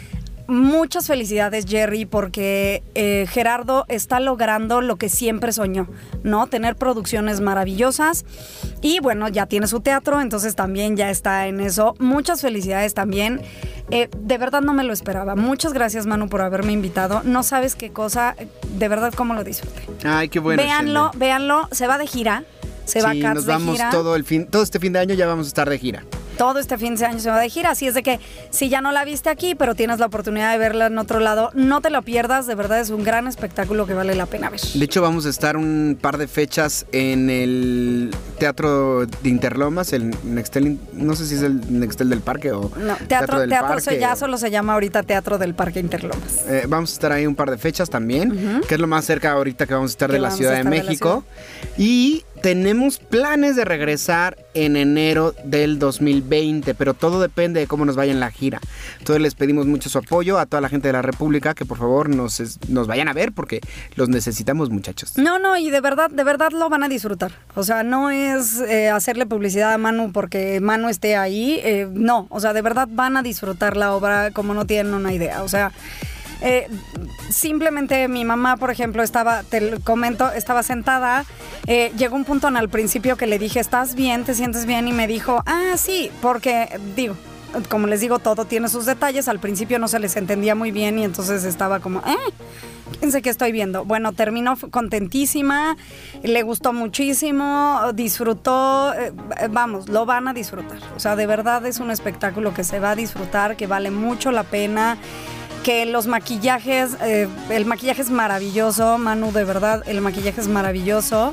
muchas felicidades, Jerry, porque eh, Gerardo está logrando lo que siempre soñó, ¿no? Tener producciones maravillosas y bueno, ya tiene su teatro, entonces también ya está en eso. Muchas felicidades también. Eh, de verdad no me lo esperaba. Muchas gracias, Manu, por haberme invitado. No sabes qué cosa, de verdad cómo lo disfruté. Ay, qué bueno. Véanlo, Shende. véanlo, se va de gira. Se va sí, a Cats nos de vamos gira. todo el fin, todo este fin de año ya vamos a estar de gira. Todo este fin de año se va de gira, así es de que si ya no la viste aquí, pero tienes la oportunidad de verla en otro lado, no te lo pierdas, de verdad es un gran espectáculo que vale la pena ver. De hecho, vamos a estar un par de fechas en el Teatro de Interlomas, el Nextel, no sé si es el Nextel del Parque o No, Teatro, del teatro Parque. ya solo se llama ahorita Teatro del Parque Interlomas. Eh, vamos a estar ahí un par de fechas también, uh-huh. que es lo más cerca ahorita que vamos a estar que de la Ciudad de México. De y tenemos planes de regresar en enero del dos mil veinte, pero todo depende de cómo nos vaya en la gira. Entonces les pedimos mucho su apoyo a toda la gente de la República, que por favor nos, nos vayan a ver porque los necesitamos, muchachos. No, no, y de verdad, de verdad lo van a disfrutar. O sea, no es eh, hacerle publicidad a Manu porque Manu esté ahí, eh, no, o sea, de verdad van a disfrutar la obra como no tienen una idea, o sea... Eh, simplemente mi mamá, por ejemplo, estaba, te lo comento, estaba sentada, eh, llegó un punto en al principio que le dije, ¿estás bien? ¿Te sientes bien? Y me dijo, ah, sí, porque, digo, como les digo, todo tiene sus detalles, al principio no se les entendía muy bien y entonces estaba como, eh, fíjense que estoy viendo. Bueno, terminó contentísima, le gustó muchísimo, disfrutó, eh, vamos, lo van a disfrutar. O sea, de verdad es un espectáculo que se va a disfrutar, que vale mucho la pena. Que los maquillajes, eh, el maquillaje es maravilloso, Manu, de verdad, el maquillaje es maravilloso.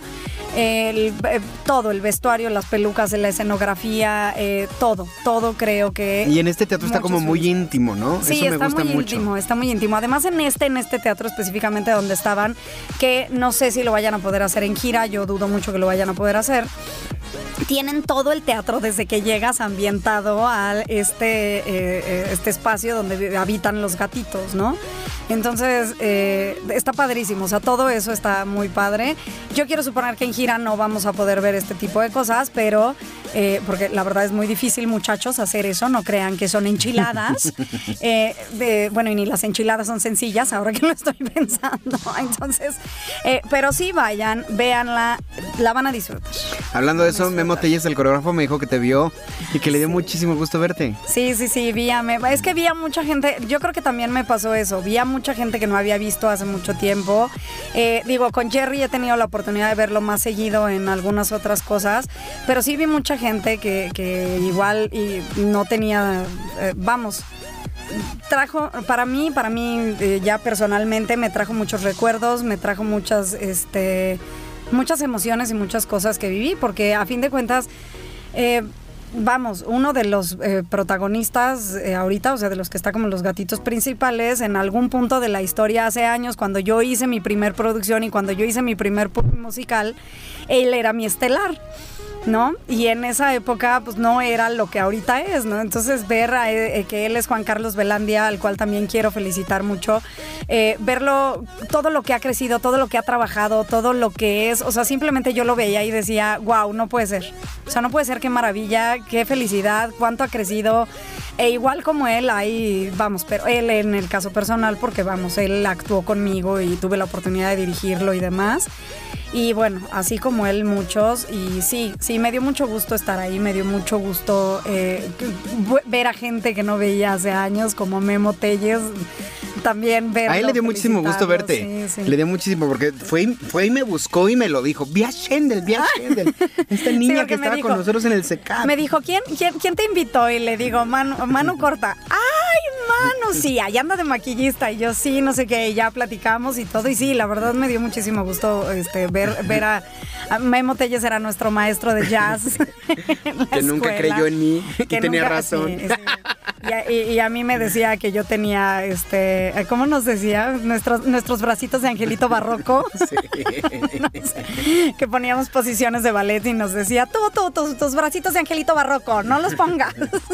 El, eh, todo, el vestuario, las pelucas, la escenografía, eh, todo, todo creo que... Y en este teatro está como muy íntimo, ¿no? Sí, eso me está gusta muy mucho. íntimo, está muy íntimo. Además en este, en este teatro específicamente donde estaban, que no sé si lo vayan a poder hacer en gira, yo dudo mucho que lo vayan a poder hacer. Tienen todo el teatro desde que llegas ambientado a este, eh, este espacio donde habitan los gatitos, ¿no? Entonces, eh, está padrísimo, o sea, todo eso está muy padre. Yo quiero suponer que en gira no vamos a poder ver este tipo de cosas, pero, eh, porque la verdad es muy difícil, muchachos, hacer eso, no crean que son enchiladas. eh, de, bueno, y ni las enchiladas son sencillas, ahora que lo estoy pensando. Entonces, eh, pero sí vayan, véanla, la van a disfrutar. Hablando de eso, Memo Telles, el coreógrafo, me dijo que te vio y que le dio sí. muchísimo gusto verte. Sí, sí, sí, vi a me, es que vi a mucha gente, yo creo que también me pasó eso, vi a mucha gente que no había visto hace mucho tiempo. Eh, digo, con Jerry he tenido la oportunidad de verlo más seguido en algunas otras cosas, pero sí vi mucha gente que, que igual y no tenía, eh, vamos... trajo, para mí, para mí eh, ya personalmente me trajo muchos recuerdos, me trajo muchas, este, muchas emociones y muchas cosas que viví, porque a fin de cuentas, eh, vamos, uno de los eh, protagonistas eh, ahorita, o sea, de los que está como los gatitos principales, en algún punto de la historia hace años, cuando yo hice mi primer producción y cuando yo hice mi primer musical, él era mi estelar, ¿no? Y en esa época pues no era lo que ahorita es, ¿no? Entonces ver a, eh, que él es Juan Carlos Velandia, al cual también quiero felicitar mucho, eh, verlo, todo lo que ha crecido, todo lo que ha trabajado, todo lo que es, o sea, simplemente yo lo veía y decía, wow, no puede ser, o sea, no puede ser, qué maravilla, qué felicidad, cuánto ha crecido, e igual como él hay, vamos, pero él en el caso personal, porque vamos, él actuó conmigo y tuve la oportunidad de dirigirlo y demás. Y bueno, así como él, muchos. Y sí, sí, me dio mucho gusto estar ahí. Me dio mucho gusto eh, ver a gente que no veía hace años, como Memo Telles. También verlo. A él le dio muchísimo gusto verte. Sí, sí. Le dio muchísimo porque fue, fue y me buscó y me lo dijo. Vi a Shendel, vi a Shendel. Esta niña sí, que estaba dijo, con nosotros en el C E C A P. Me dijo, ¿quién, quién, quién te invitó? Y le digo, Manu, Manu Corta. ¡Ay, Manu! Sí, allá anda de maquillista. Y yo, sí, no sé qué. Y ya platicamos y todo. Y sí, la verdad me dio muchísimo gusto este, ver, ver a, a Memo Telles, era nuestro maestro de jazz. Que nunca creyó en mí y que tenía nunca, razón. Sí, sí. Y, a, y, y a mí me decía que yo tenía, este, ¿cómo nos decía? Nuestros, nuestros bracitos de angelito barroco. Sí. No sé, que poníamos posiciones de ballet y nos decía, tú, tú, tus, tus bracitos de angelito barroco, no los pongas.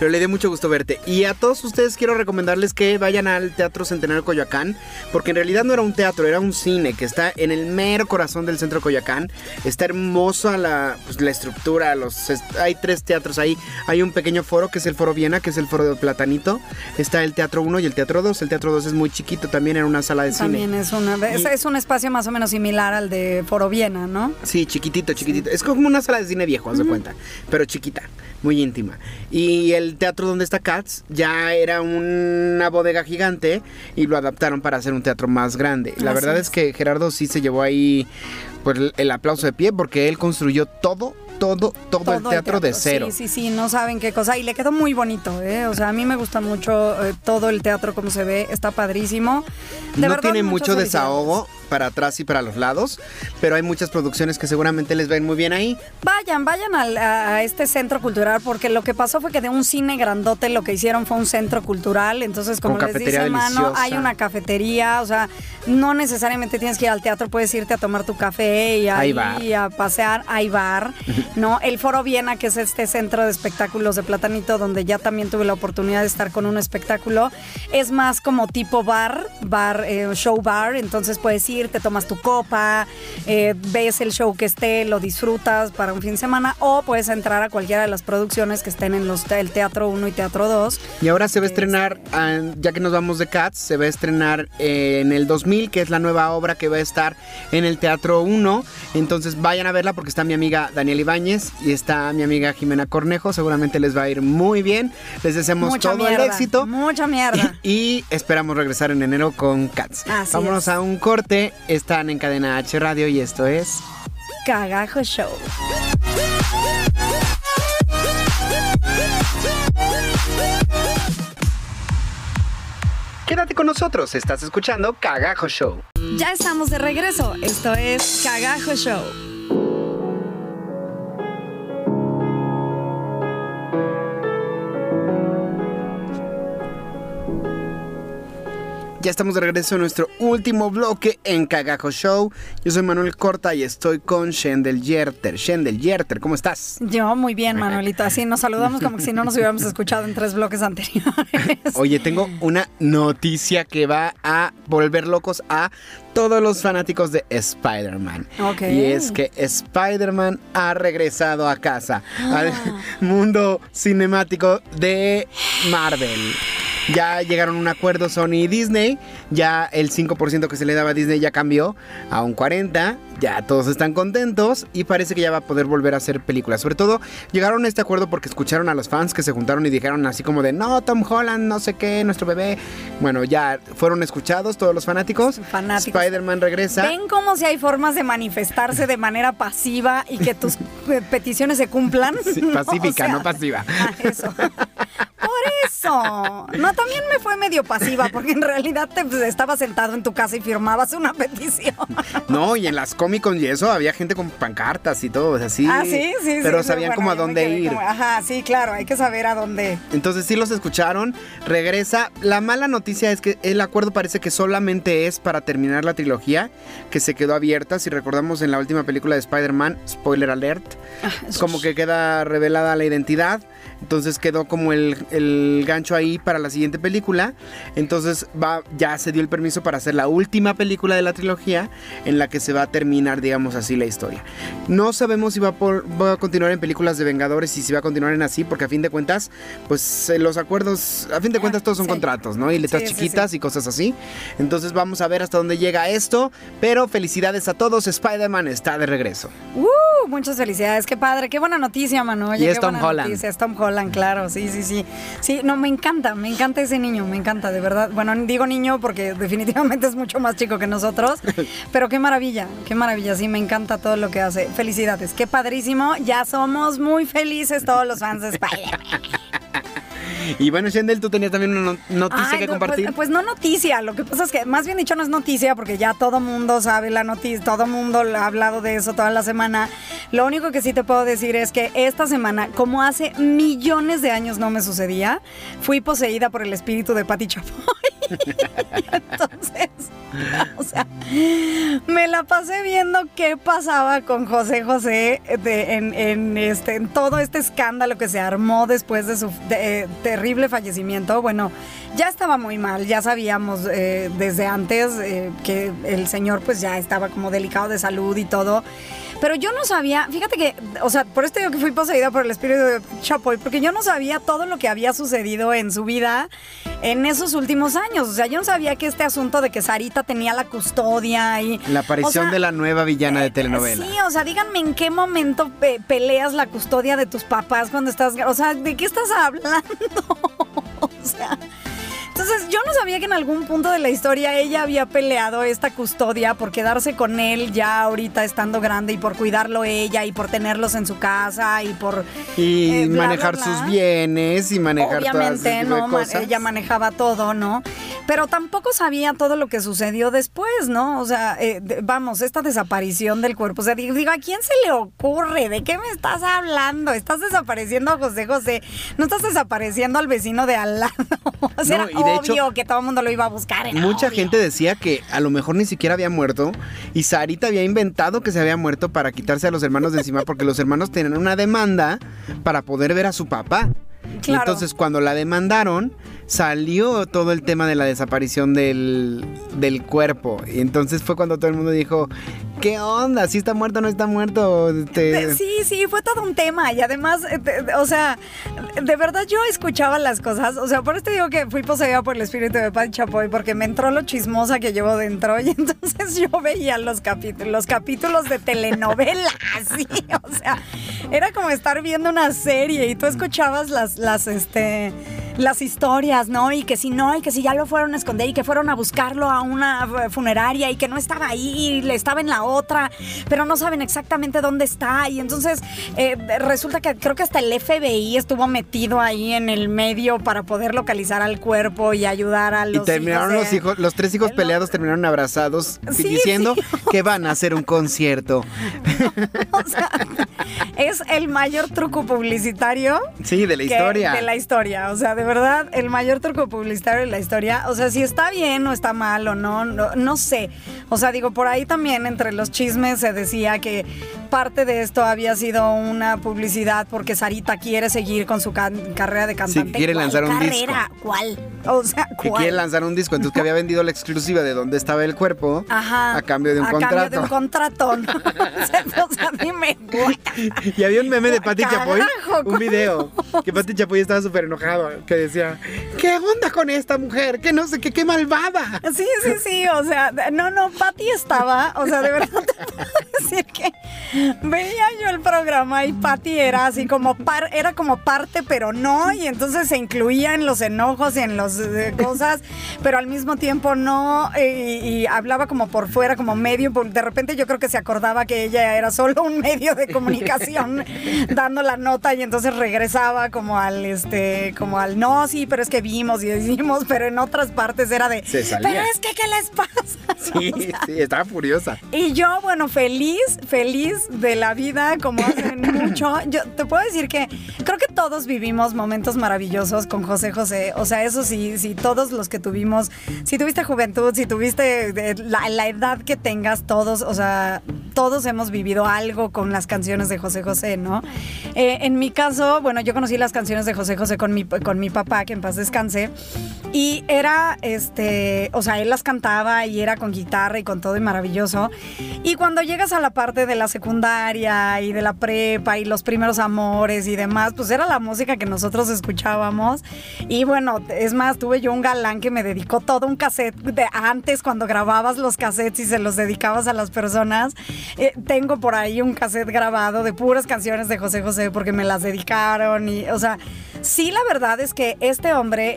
pero le dio mucho gusto verte. Y a todos ustedes quiero recomendarles que vayan al Teatro Centenario Coyoacán, porque en realidad no era un teatro, era un cine que está en el mero corazón del centro de Coyoacán. Está hermosa la, pues, la estructura, los, hay tres teatros ahí. Hay un pequeño foro que es el Foro Viena, que es el Foro de Platanito. Está el Teatro uno y el Teatro dos. El Teatro dos es muy chiquito, también era una sala de también cine. También es, una, es, es un espacio más o menos similar al de Foro Viena, ¿no? Sí, chiquitito, chiquitito. Sí. Es como una sala de cine viejo, haz de uh-huh. cuenta, pero chiquita, muy íntima. Y el teatro donde está Cats ya era una bodega gigante y lo adaptaron para hacer un teatro más grande. La Así verdad es. es que Gerardo sí se llevó ahí pues, el aplauso de pie porque él construyó todo Todo, todo, todo el, teatro el teatro de cero. Sí, sí, sí, no saben qué cosa. Y le quedó muy bonito, ¿eh? O sea, a mí me gusta mucho eh, todo el teatro como se ve, está padrísimo. De no verdad, tiene mucho desahogo para atrás y para los lados, pero hay muchas producciones que seguramente les ven muy bien ahí. Vayan, vayan al, a, a este centro cultural, porque lo que pasó fue que de un cine grandote lo que hicieron fue un centro cultural, entonces como les dice Mano, hay una cafetería, o sea, no necesariamente tienes que ir al teatro, puedes irte a tomar tu café y ahí y a pasear, hay bar, ¿no? El Foro Viena, que es este centro de espectáculos de Platanito, donde ya también tuve la oportunidad de estar con un espectáculo, es más como tipo bar, bar, eh, show bar, entonces puedes ir, te tomas tu copa, eh, ves el show que esté, lo disfrutas para un fin de semana, o puedes entrar a cualquiera de las producciones que estén en los, el Teatro uno y Teatro dos. Y ahora se va a estrenar, uh, ya que nos vamos de Cats, se va a estrenar eh, en el dos mil, que es la nueva obra que va a estar en el Teatro uno, entonces vayan a verla porque está mi amiga Daniela Ibáñez y está mi amiga Jimena Cornejo, seguramente les va a ir muy bien, les deseamos mucha todo mierda, el éxito. Mucha mierda. Y, y esperamos regresar en enero con Cats. Así Vámonos es. a un corte. Están en Cadena H Radio y esto es Cagajo Show. Quédate con nosotros, estás escuchando Cagajo Show. Ya estamos de regreso, esto es Cagajo Show. Ya estamos de regreso en nuestro último bloque en Cagajo Show. Yo soy Manuel Corta y estoy con Shendel Yerter. Shendel Yerter, ¿cómo estás? Yo muy bien, Manuelito. Así nos saludamos como que si no nos hubiéramos escuchado en tres bloques anteriores. Oye, tengo una noticia que va a volver locos a todos los fanáticos de Spider-Man. Okay. Y es que Spider-Man ha regresado a casa, ah. al mundo cinemático de Marvel. Ya llegaron a un acuerdo Sony y Disney, ya el cinco por ciento que se le daba a Disney ya cambió a un cuarenta por ciento, ya todos están contentos y parece que ya va a poder volver a hacer películas. Sobre todo llegaron a este acuerdo porque escucharon a los fans que se juntaron y dijeron así como de no, Tom Holland, no sé qué, nuestro bebé. Bueno, ya fueron escuchados todos los fanáticos. fanáticos. Spider-Man regresa. Ven como si hay formas de manifestarse de manera pasiva y que tus peticiones se cumplan. Sí, pacífica, o sea, no pasiva. Ah, eso. Por eso. No, también me fue medio pasiva porque en realidad te pues, estabas sentado en tu casa y firmabas una petición. No, y en las Comic Con y eso había gente con pancartas y todo, así. Ah, sí, sí, pero sí, sabían bueno, como a dónde ir. Como, ajá, sí, claro, hay que saber a dónde. Entonces sí los escucharon, regresa. La mala noticia es que el acuerdo parece que solamente es para terminar la trilogía, que se quedó abierta. Si recordamos en la última película de Spider-Man, spoiler alert, ah, como que queda revelada la identidad. Entonces quedó como el, el gancho ahí para la siguiente película. Entonces va, ya se dio el permiso para hacer la última película de la trilogía en la que se va a terminar, digamos así, la historia. No sabemos si va a, por, va a continuar en películas de Vengadores y si va a continuar en así, porque a fin de cuentas, pues los acuerdos, a fin de cuentas todos son sí. contratos, ¿no? Y letras sí, chiquitas sí, sí. y cosas así. Entonces vamos a ver hasta dónde llega esto. Pero felicidades a todos, Spider-Man está de regreso. ¡Uh! Muchas felicidades, qué padre, qué buena noticia, Manu. Oye, y es qué Tom buena Holland. Noticia. Es Tom Holland, claro, sí, sí, sí. Sí, no, me encanta, me encanta ese niño, me encanta, de verdad. Bueno, digo niño porque definitivamente es mucho más chico que nosotros, pero qué maravilla, qué maravilla, sí, me encanta todo lo que hace. Felicidades, qué padrísimo, ya somos muy felices todos los fans de Spider-Man. Y bueno, Shendel, tú tenías también una noticia Ay, que no, compartir. Pues, pues no noticia, lo que pasa es que más bien dicho no es noticia porque ya todo mundo sabe la noticia, todo mundo ha hablado de eso toda la semana. Lo único que sí te puedo decir es que esta semana, como hace millones de años no me sucedía, fui poseída por el espíritu de Pati Chapoy. Entonces... O sea, me la pasé viendo qué pasaba con José José de, en, en, este, en todo este escándalo que se armó después de su de, eh, terrible fallecimiento. Bueno, ya estaba muy mal, ya sabíamos eh, desde antes eh, que el señor pues ya estaba como delicado de salud y todo. Pero yo no sabía, fíjate que, o sea, por esto digo que fui poseída por el espíritu de Chapoy, porque yo no sabía todo lo que había sucedido en su vida en esos últimos años. O sea, yo no sabía que este asunto de que Sarita tenía la custodia y... La aparición o sea, de la nueva villana de telenovela. Sí, o sea, díganme en qué momento pe- peleas la custodia de tus papás cuando estás... O sea, ¿de qué estás hablando? O sea... Entonces yo no sabía que en algún punto de la historia ella había peleado esta custodia por quedarse con él ya ahorita estando grande y por cuidarlo ella y por tenerlos en su casa y por... Y eh, bla, manejar bla, bla. sus bienes y manejar Obviamente, todas ese tipo ¿no? de cosas. Ella manejaba todo, ¿no? Pero tampoco sabía todo lo que sucedió después, ¿no? O sea, eh, de, vamos, esta desaparición del cuerpo. O sea, digo, digo, ¿a quién se le ocurre? ¿De qué me estás hablando? Estás desapareciendo a José José. No estás desapareciendo al vecino de al lado. O sea, No, era y de obvio hecho, que todo el mundo lo iba a buscar. Era mucha obvio. gente decía que a lo mejor ni siquiera había muerto y Sarita había inventado que se había muerto para quitarse a los hermanos de encima porque los hermanos tenían una demanda para poder ver a su papá. Claro. Y entonces cuando la demandaron salió todo el tema de la desaparición del, del cuerpo y entonces fue cuando todo el mundo dijo, ¿qué onda? ¿Sí está muerto o no está muerto? Te... Sí, sí, fue todo un tema y además, eh, de, o sea, de verdad yo escuchaba las cosas, o sea, por esto digo que fui poseída por el espíritu de Pati Chapoy porque me entró lo chismosa que llevo dentro y entonces yo veía los capítulos, los capítulos de telenovela, así, o sea, era como estar viendo una serie y tú escuchabas las, las, este... las historias, ¿no? Y que si no, y que si ya lo fueron a esconder y que fueron a buscarlo a una funeraria y que no estaba ahí, le estaba en la otra, pero no saben exactamente dónde está. Y entonces eh, resulta que creo que hasta el F B I estuvo metido ahí en el medio para poder localizar al cuerpo y ayudar a los Y terminaron hijos los de, hijos, los tres hijos los, peleados terminaron abrazados sí, diciendo sí. que van a hacer un concierto. O sea, es el mayor truco publicitario. Sí, de la historia. De la historia, o sea, de verdad, el mayor truco publicitario de la historia. O sea, si está bien o está mal o no, no, no sé. O sea, digo, por ahí también entre los chismes se decía que parte de esto había sido una publicidad porque Sarita quiere seguir con su can- carrera de cantante. Sí, quiere lanzar un disco. ¿Cuál? ¿Cuál? O sea, Que ¿cuál? quiere lanzar un disco, entonces que había vendido la exclusiva de dónde estaba el cuerpo. Ajá, a cambio de un a contrato. cambio de un contrato, ¿no? O sea, o sea, dime, Y había un meme de Pati Chapoy, Carajo, un video, que Pati Chapoy estaba súper enojado, que decía, ¿qué onda con esta mujer? Que no sé qué, qué malvada. Sí, sí, sí, o sea, no, no, Pati estaba, o sea, de verdad te puedo decir que veía yo el programa y Pati era así como, par, era como parte, pero no, y entonces se incluía en los enojos y en las eh, cosas, pero al mismo tiempo no, y, y hablaba como por fuera, como medio, de repente yo creo que se acordaba que ella era solo un medio de comunicación dando la nota y entonces regresaba como al, este, como al, no, sí, pero es que vimos y decimos, pero en otras partes era de, Se salía. pero es que, ¿qué les pasa? Sí, O sea, sí, estaba furiosa. y yo, bueno, feliz, feliz de la vida, como hacen mucho. Yo te puedo decir que creo que todos vivimos momentos maravillosos con José José. O sea, eso sí, sí, todos los que tuvimos, si tuviste juventud, si tuviste de la, la edad que tengas, todos, o sea, todos hemos vivido algo con las canciones de José José, ¿no? Eh, en mi caso, bueno, yo conocí las canciones de José José con mi, con mi papá, que en paz descanse, y era, este, o sea, él las cantaba y era con guitarra y con todo y maravilloso. Y cuando llegas a la parte de la secundaria y de la prepa y los primeros amores y demás, pues era la música que nosotros escuchábamos. Y bueno, es más, tuve yo un galán que me dedicó todo un cassette de antes cuando grababas los cassettes y se los dedicabas a las personas. Eh, tengo por ahí un cassette grabado de puras canciones de José José porque me las dedicaron y, o sea, sí, la verdad es que este hombre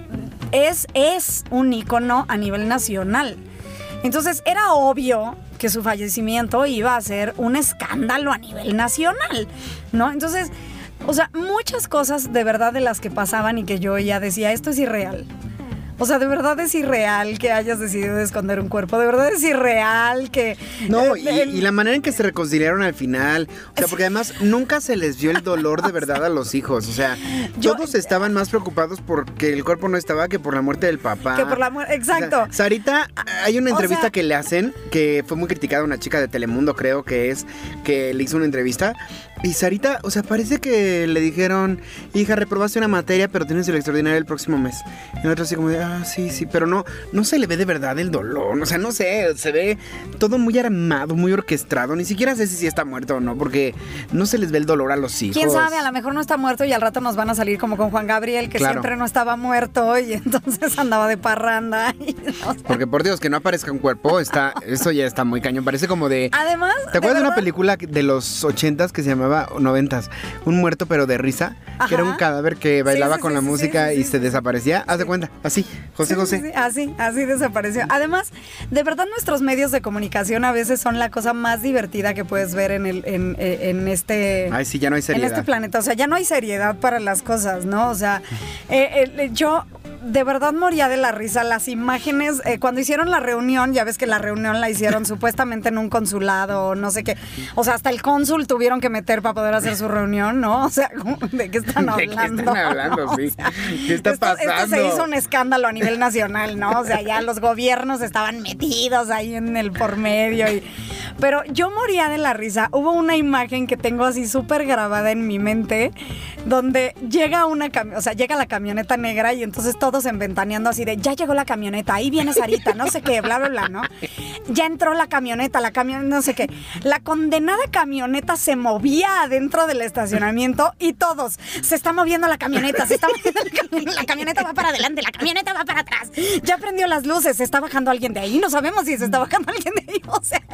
es, es un ícono a nivel nacional. Entonces era obvio que su fallecimiento iba a ser un escándalo a nivel nacional, ¿no? Entonces, o sea, muchas cosas de verdad de las que pasaban y que yo ya decía, esto es irreal. O sea, de verdad es irreal que hayas decidido esconder un cuerpo. De verdad es irreal que... No, eh, y, el- y la manera en que se reconciliaron al final. O sea, porque además nunca se les vio el dolor de verdad a los hijos. O sea, Yo- todos estaban más preocupados porque el cuerpo no estaba que por la muerte del papá. Que por la muerte, exacto. O sea, Sarita, hay una O entrevista sea- que le hacen, que fue muy criticada, una chica de Telemundo, creo que es, que le hizo una entrevista. Y Sarita, o sea, parece que le dijeron, hija, reprobaste una materia, pero tienes el extraordinario el próximo mes. Y el otro así como de, ah, sí, sí, pero no, no se le ve de verdad el dolor. O sea, no sé, se ve todo muy armado, muy orquestado. Ni siquiera sé si sí está muerto o no, porque no se les ve el dolor a los hijos. ¿Quién sabe? A lo mejor no está muerto y al rato nos van a salir como con Juan Gabriel, que Claro. siempre no estaba muerto y entonces andaba de parranda. y, o sea, Porque por Dios, que no aparezca un cuerpo, está, eso ya está muy cañón. Parece como de... además, ¿Te acuerdas de, una verdad, película de los ochentas que se llamaba, o noventas, Un muerto pero de risa? Ajá. Que era un cadáver que bailaba sí, con sí, la sí, música sí, sí, y sí, se sí. desaparecía. Haz de cuenta, así, José Sí, José. sí, sí, así, así desapareció. Además, de verdad nuestros medios de comunicación a veces son la cosa más divertida que puedes ver en el, en, en este. Ay, sí, ya no hay En seriedad. este planeta. O sea, ya no hay seriedad para las cosas, ¿no? O sea, eh, eh, yo de verdad moría de la risa. Las imágenes, eh, cuando hicieron la reunión, ya ves que la reunión la hicieron supuestamente en un consulado o no sé qué. O sea, hasta el cónsul tuvieron que meter para poder hacer su reunión, ¿no? O sea, ¿de qué están ¿De hablando? qué están hablando? ¿No? Sí. O sea, ¿Qué está esto, pasando? Esto se hizo un escándalo a nivel nacional, ¿no? O sea, ya los gobiernos estaban metidos ahí en el por medio. Y... Pero yo moría de la risa. Hubo una imagen que tengo así súper grabada en mi mente, donde llega una cami- o sea, llega la camioneta negra y entonces todos enventaneando así de, ya llegó la camioneta, ahí viene Sarita, no sé qué, bla, bla, bla, ¿no? Ya entró la camioneta, la camioneta, no sé qué. La condenada camioneta se movía adentro del estacionamiento y todos, se está moviendo la camioneta, se está moviendo la camioneta, la camioneta va para adelante, la camioneta va para atrás, ya prendió las luces, se está bajando alguien de ahí, no sabemos si se está bajando alguien de ahí, o sea,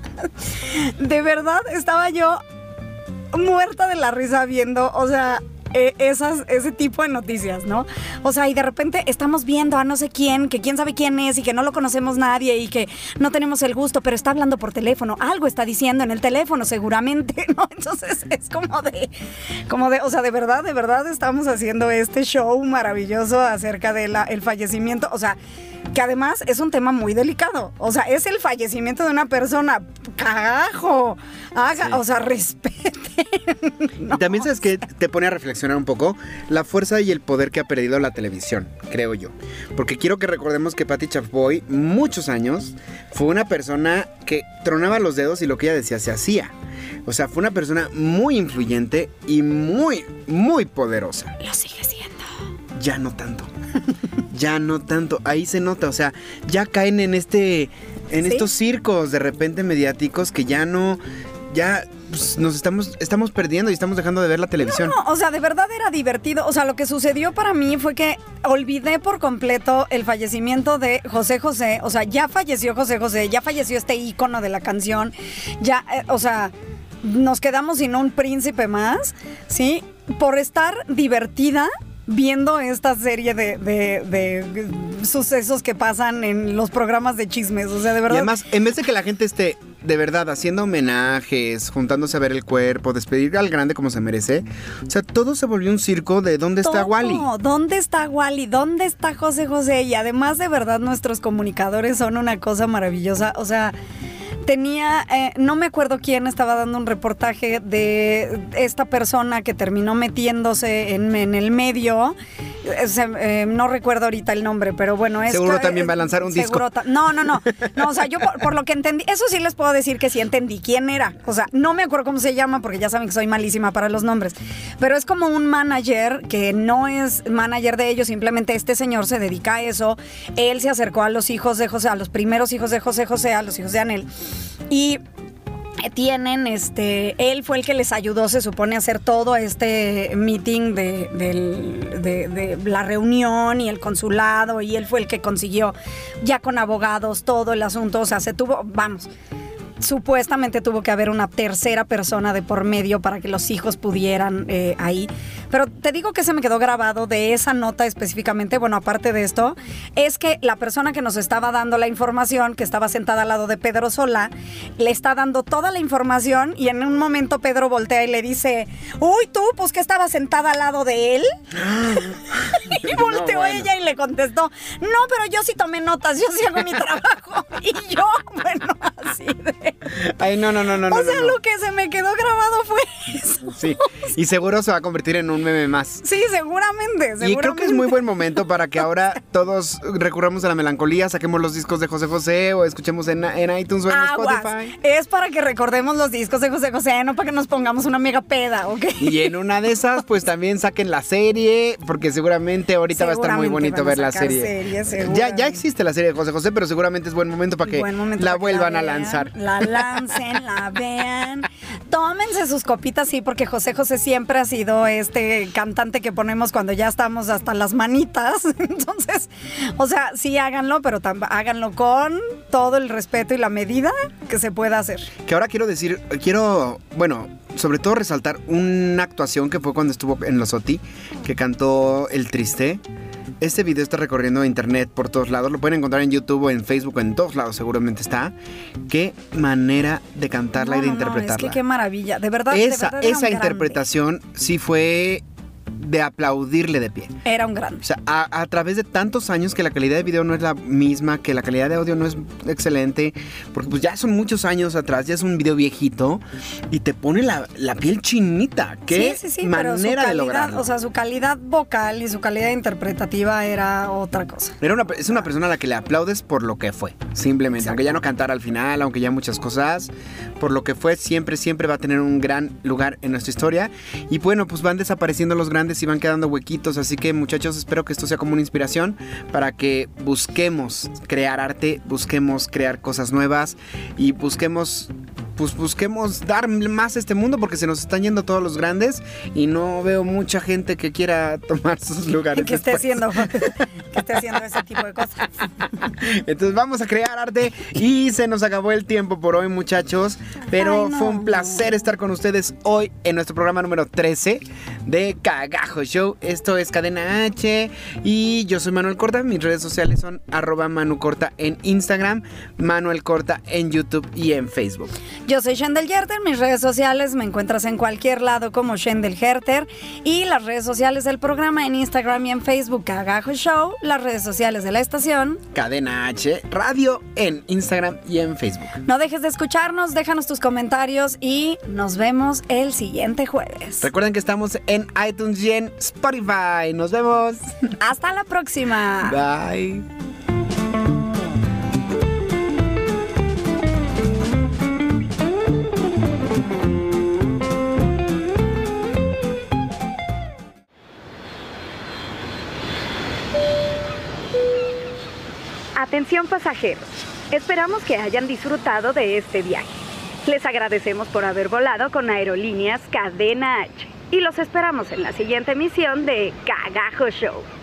de verdad estaba yo muerta de la risa viendo, o sea, eh, esas, ese tipo de noticias, ¿no? O sea, y de repente estamos viendo a no sé quién, que quién sabe quién es y que no lo conocemos nadie y que no tenemos el gusto, pero está hablando por teléfono, algo está diciendo en el teléfono seguramente, ¿no? Entonces es como de, como de, o sea, de verdad, de verdad estamos haciendo este show maravilloso acerca del el fallecimiento, o sea, que además es un tema muy delicado, o sea, es el fallecimiento de una persona, carajo, haga, Sí. o sea, respeten. No, Y también sabes que te pone a reflexionar un poco la fuerza y el poder que ha perdido la televisión, creo yo. Porque quiero que recordemos que Patti Chapoy, muchos años, fue una persona que tronaba los dedos y lo que ella decía se hacía. O sea, fue una persona muy influyente y muy, muy poderosa. lo sigue siendo. Ya no tanto. Ya no tanto. Ahí se nota, o sea, ya caen en este, en ¿Sí? estos circos de repente mediáticos que ya no, ya pues, nos estamos, estamos perdiendo y estamos dejando de ver la televisión. No, o sea, de verdad era divertido. O sea, lo que sucedió para mí fue que olvidé por completo el fallecimiento de José José. O sea, ya falleció José José, ya falleció este ícono de la canción. Ya, eh, o sea, nos quedamos sin un príncipe más, ¿sí? Por estar divertida viendo esta serie de, de, de sucesos que pasan en los programas de chismes. O sea, de Y verdad. además, en vez de que la gente esté de verdad haciendo homenajes, juntándose a ver el cuerpo, despedir al grande como se merece, o sea, todo se volvió un circo de dónde está Todo. Wally. ¿Dónde está Wally? ¿Dónde está José José? Y además, de verdad, nuestros comunicadores son una cosa maravillosa. O sea, tenía, eh, no me acuerdo quién estaba dando un reportaje de esta persona que terminó metiéndose en, en el medio. Eh, se- eh, no recuerdo ahorita el nombre, pero bueno, es Seguro que- también va a lanzar un seguro disco. ta- No, no, no. No, o sea, yo por, por lo que entendí, eso sí les puedo decir que sí entendí quién era. O sea, no me acuerdo cómo se llama porque ya saben que soy malísima para los nombres. Pero es como un manager que no es manager de ellos, simplemente este señor se dedica a eso. Él se acercó a los hijos de José, a los primeros hijos de José José, a los hijos de Anel. Y tienen, este, él fue el que les ayudó, se supone, a hacer todo este meeting de, del- de- de la reunión y el consulado, y él fue el que consiguió ya con abogados todo el asunto, o sea, se tuvo, vamos, supuestamente tuvo que haber una tercera persona de por medio para que los hijos pudieran eh, ahí. Pero te digo que se me quedó grabado de esa nota específicamente, bueno, aparte de esto, es que la persona que nos estaba dando la información, que estaba sentada al lado de Pedro Sola, le está dando toda la información y en un momento Pedro voltea y le dice, uy, tú, pues que estaba sentada al lado de él. Y volteó No, bueno. ella y le contestó, no, pero yo sí tomé notas, yo sí hago mi trabajo. Y yo, bueno, así de... Ay, no, no, no, no. O no, sea, no, no. lo que se me quedó grabado fue eso. Sí, y seguro se va a convertir en un meme más. Sí, seguramente, seguramente. Y creo que es muy buen momento para que ahora todos recurramos a la melancolía, saquemos los discos de José José o escuchemos en, en iTunes o en Aguas. Spotify. Es para que recordemos los discos de José José, no para que nos pongamos una mega peda, ¿ok? Y en una de esas, pues también saquen la serie, porque seguramente ahorita va a estar muy bonito ver la serie. serie ya, ya existe la serie de José José, pero seguramente es buen momento para que momento la para que vuelvan la a vean, lanzar. La lancen, la vean. Tómense sus copitas, sí, porque José José siempre ha sido este cantante que ponemos cuando ya estamos hasta las manitas. Entonces, o sea, sí háganlo, pero háganlo con todo el respeto y la medida que se pueda hacer. Que ahora quiero decir, quiero, bueno, sobre todo resaltar una actuación que fue cuando estuvo en Los Oti, que cantó El Triste. Este video está recorriendo internet por todos lados. Lo pueden encontrar en YouTube o en Facebook, o en todos lados seguramente está. Qué manera de cantarla No, y de no, no, interpretarla. es que qué maravilla. De verdad, esa de verdad era esa un interpretación sí fue de aplaudirle de pie. grande. Era un grande. O sea, a, a través de tantos años que la calidad de video no es la misma, que la calidad de audio no es excelente, porque pues ya son muchos años atrás, ya es un video viejito y te pone la, la piel chinita. Qué sí, sí, sí, manera pero su de calidad, lograrlo. o sea, su calidad vocal y su calidad interpretativa era otra cosa. Era una, es una persona a la que le aplaudes por lo que fue, simplemente. Exacto. Aunque ya no cantara al final, aunque ya muchas cosas, por lo que fue, siempre, siempre va a tener un gran lugar en nuestra historia. Y bueno, pues van desapareciendo los grandes y van quedando huequitos, así que muchachos, espero que esto sea como una inspiración para que busquemos crear arte, busquemos crear cosas nuevas y busquemos... pues busquemos dar más a este mundo porque se nos están yendo todos los grandes y no veo mucha gente que quiera tomar sus lugares. Que esté, después. haciendo, que esté haciendo ese tipo de cosas. Entonces vamos a crear arte y se nos acabó el tiempo por hoy, muchachos, pero Ay, no. fue un placer estar con ustedes hoy en nuestro programa número trece de Cagajo Show. Esto es Cadena H y yo soy Manuel Corta. Mis redes sociales son arroba Manu Corta en Instagram, Manuel Corta en YouTube y en Facebook. Yo soy Shendel Herter, mis redes sociales me encuentras en cualquier lado como Shendel Herter y las redes sociales del programa en Instagram y en Facebook Cagajo Show, las redes sociales de la estación Cadena H Radio en Instagram y en Facebook. No dejes de escucharnos, déjanos tus comentarios y nos vemos el siguiente jueves. Recuerden que estamos en iTunes y en Spotify. Nos vemos. Hasta la próxima. Bye. Atención pasajeros, esperamos que hayan disfrutado de este viaje. Les agradecemos por haber volado con Aerolíneas Cadena H y los esperamos en la siguiente emisión de Cagajo Show.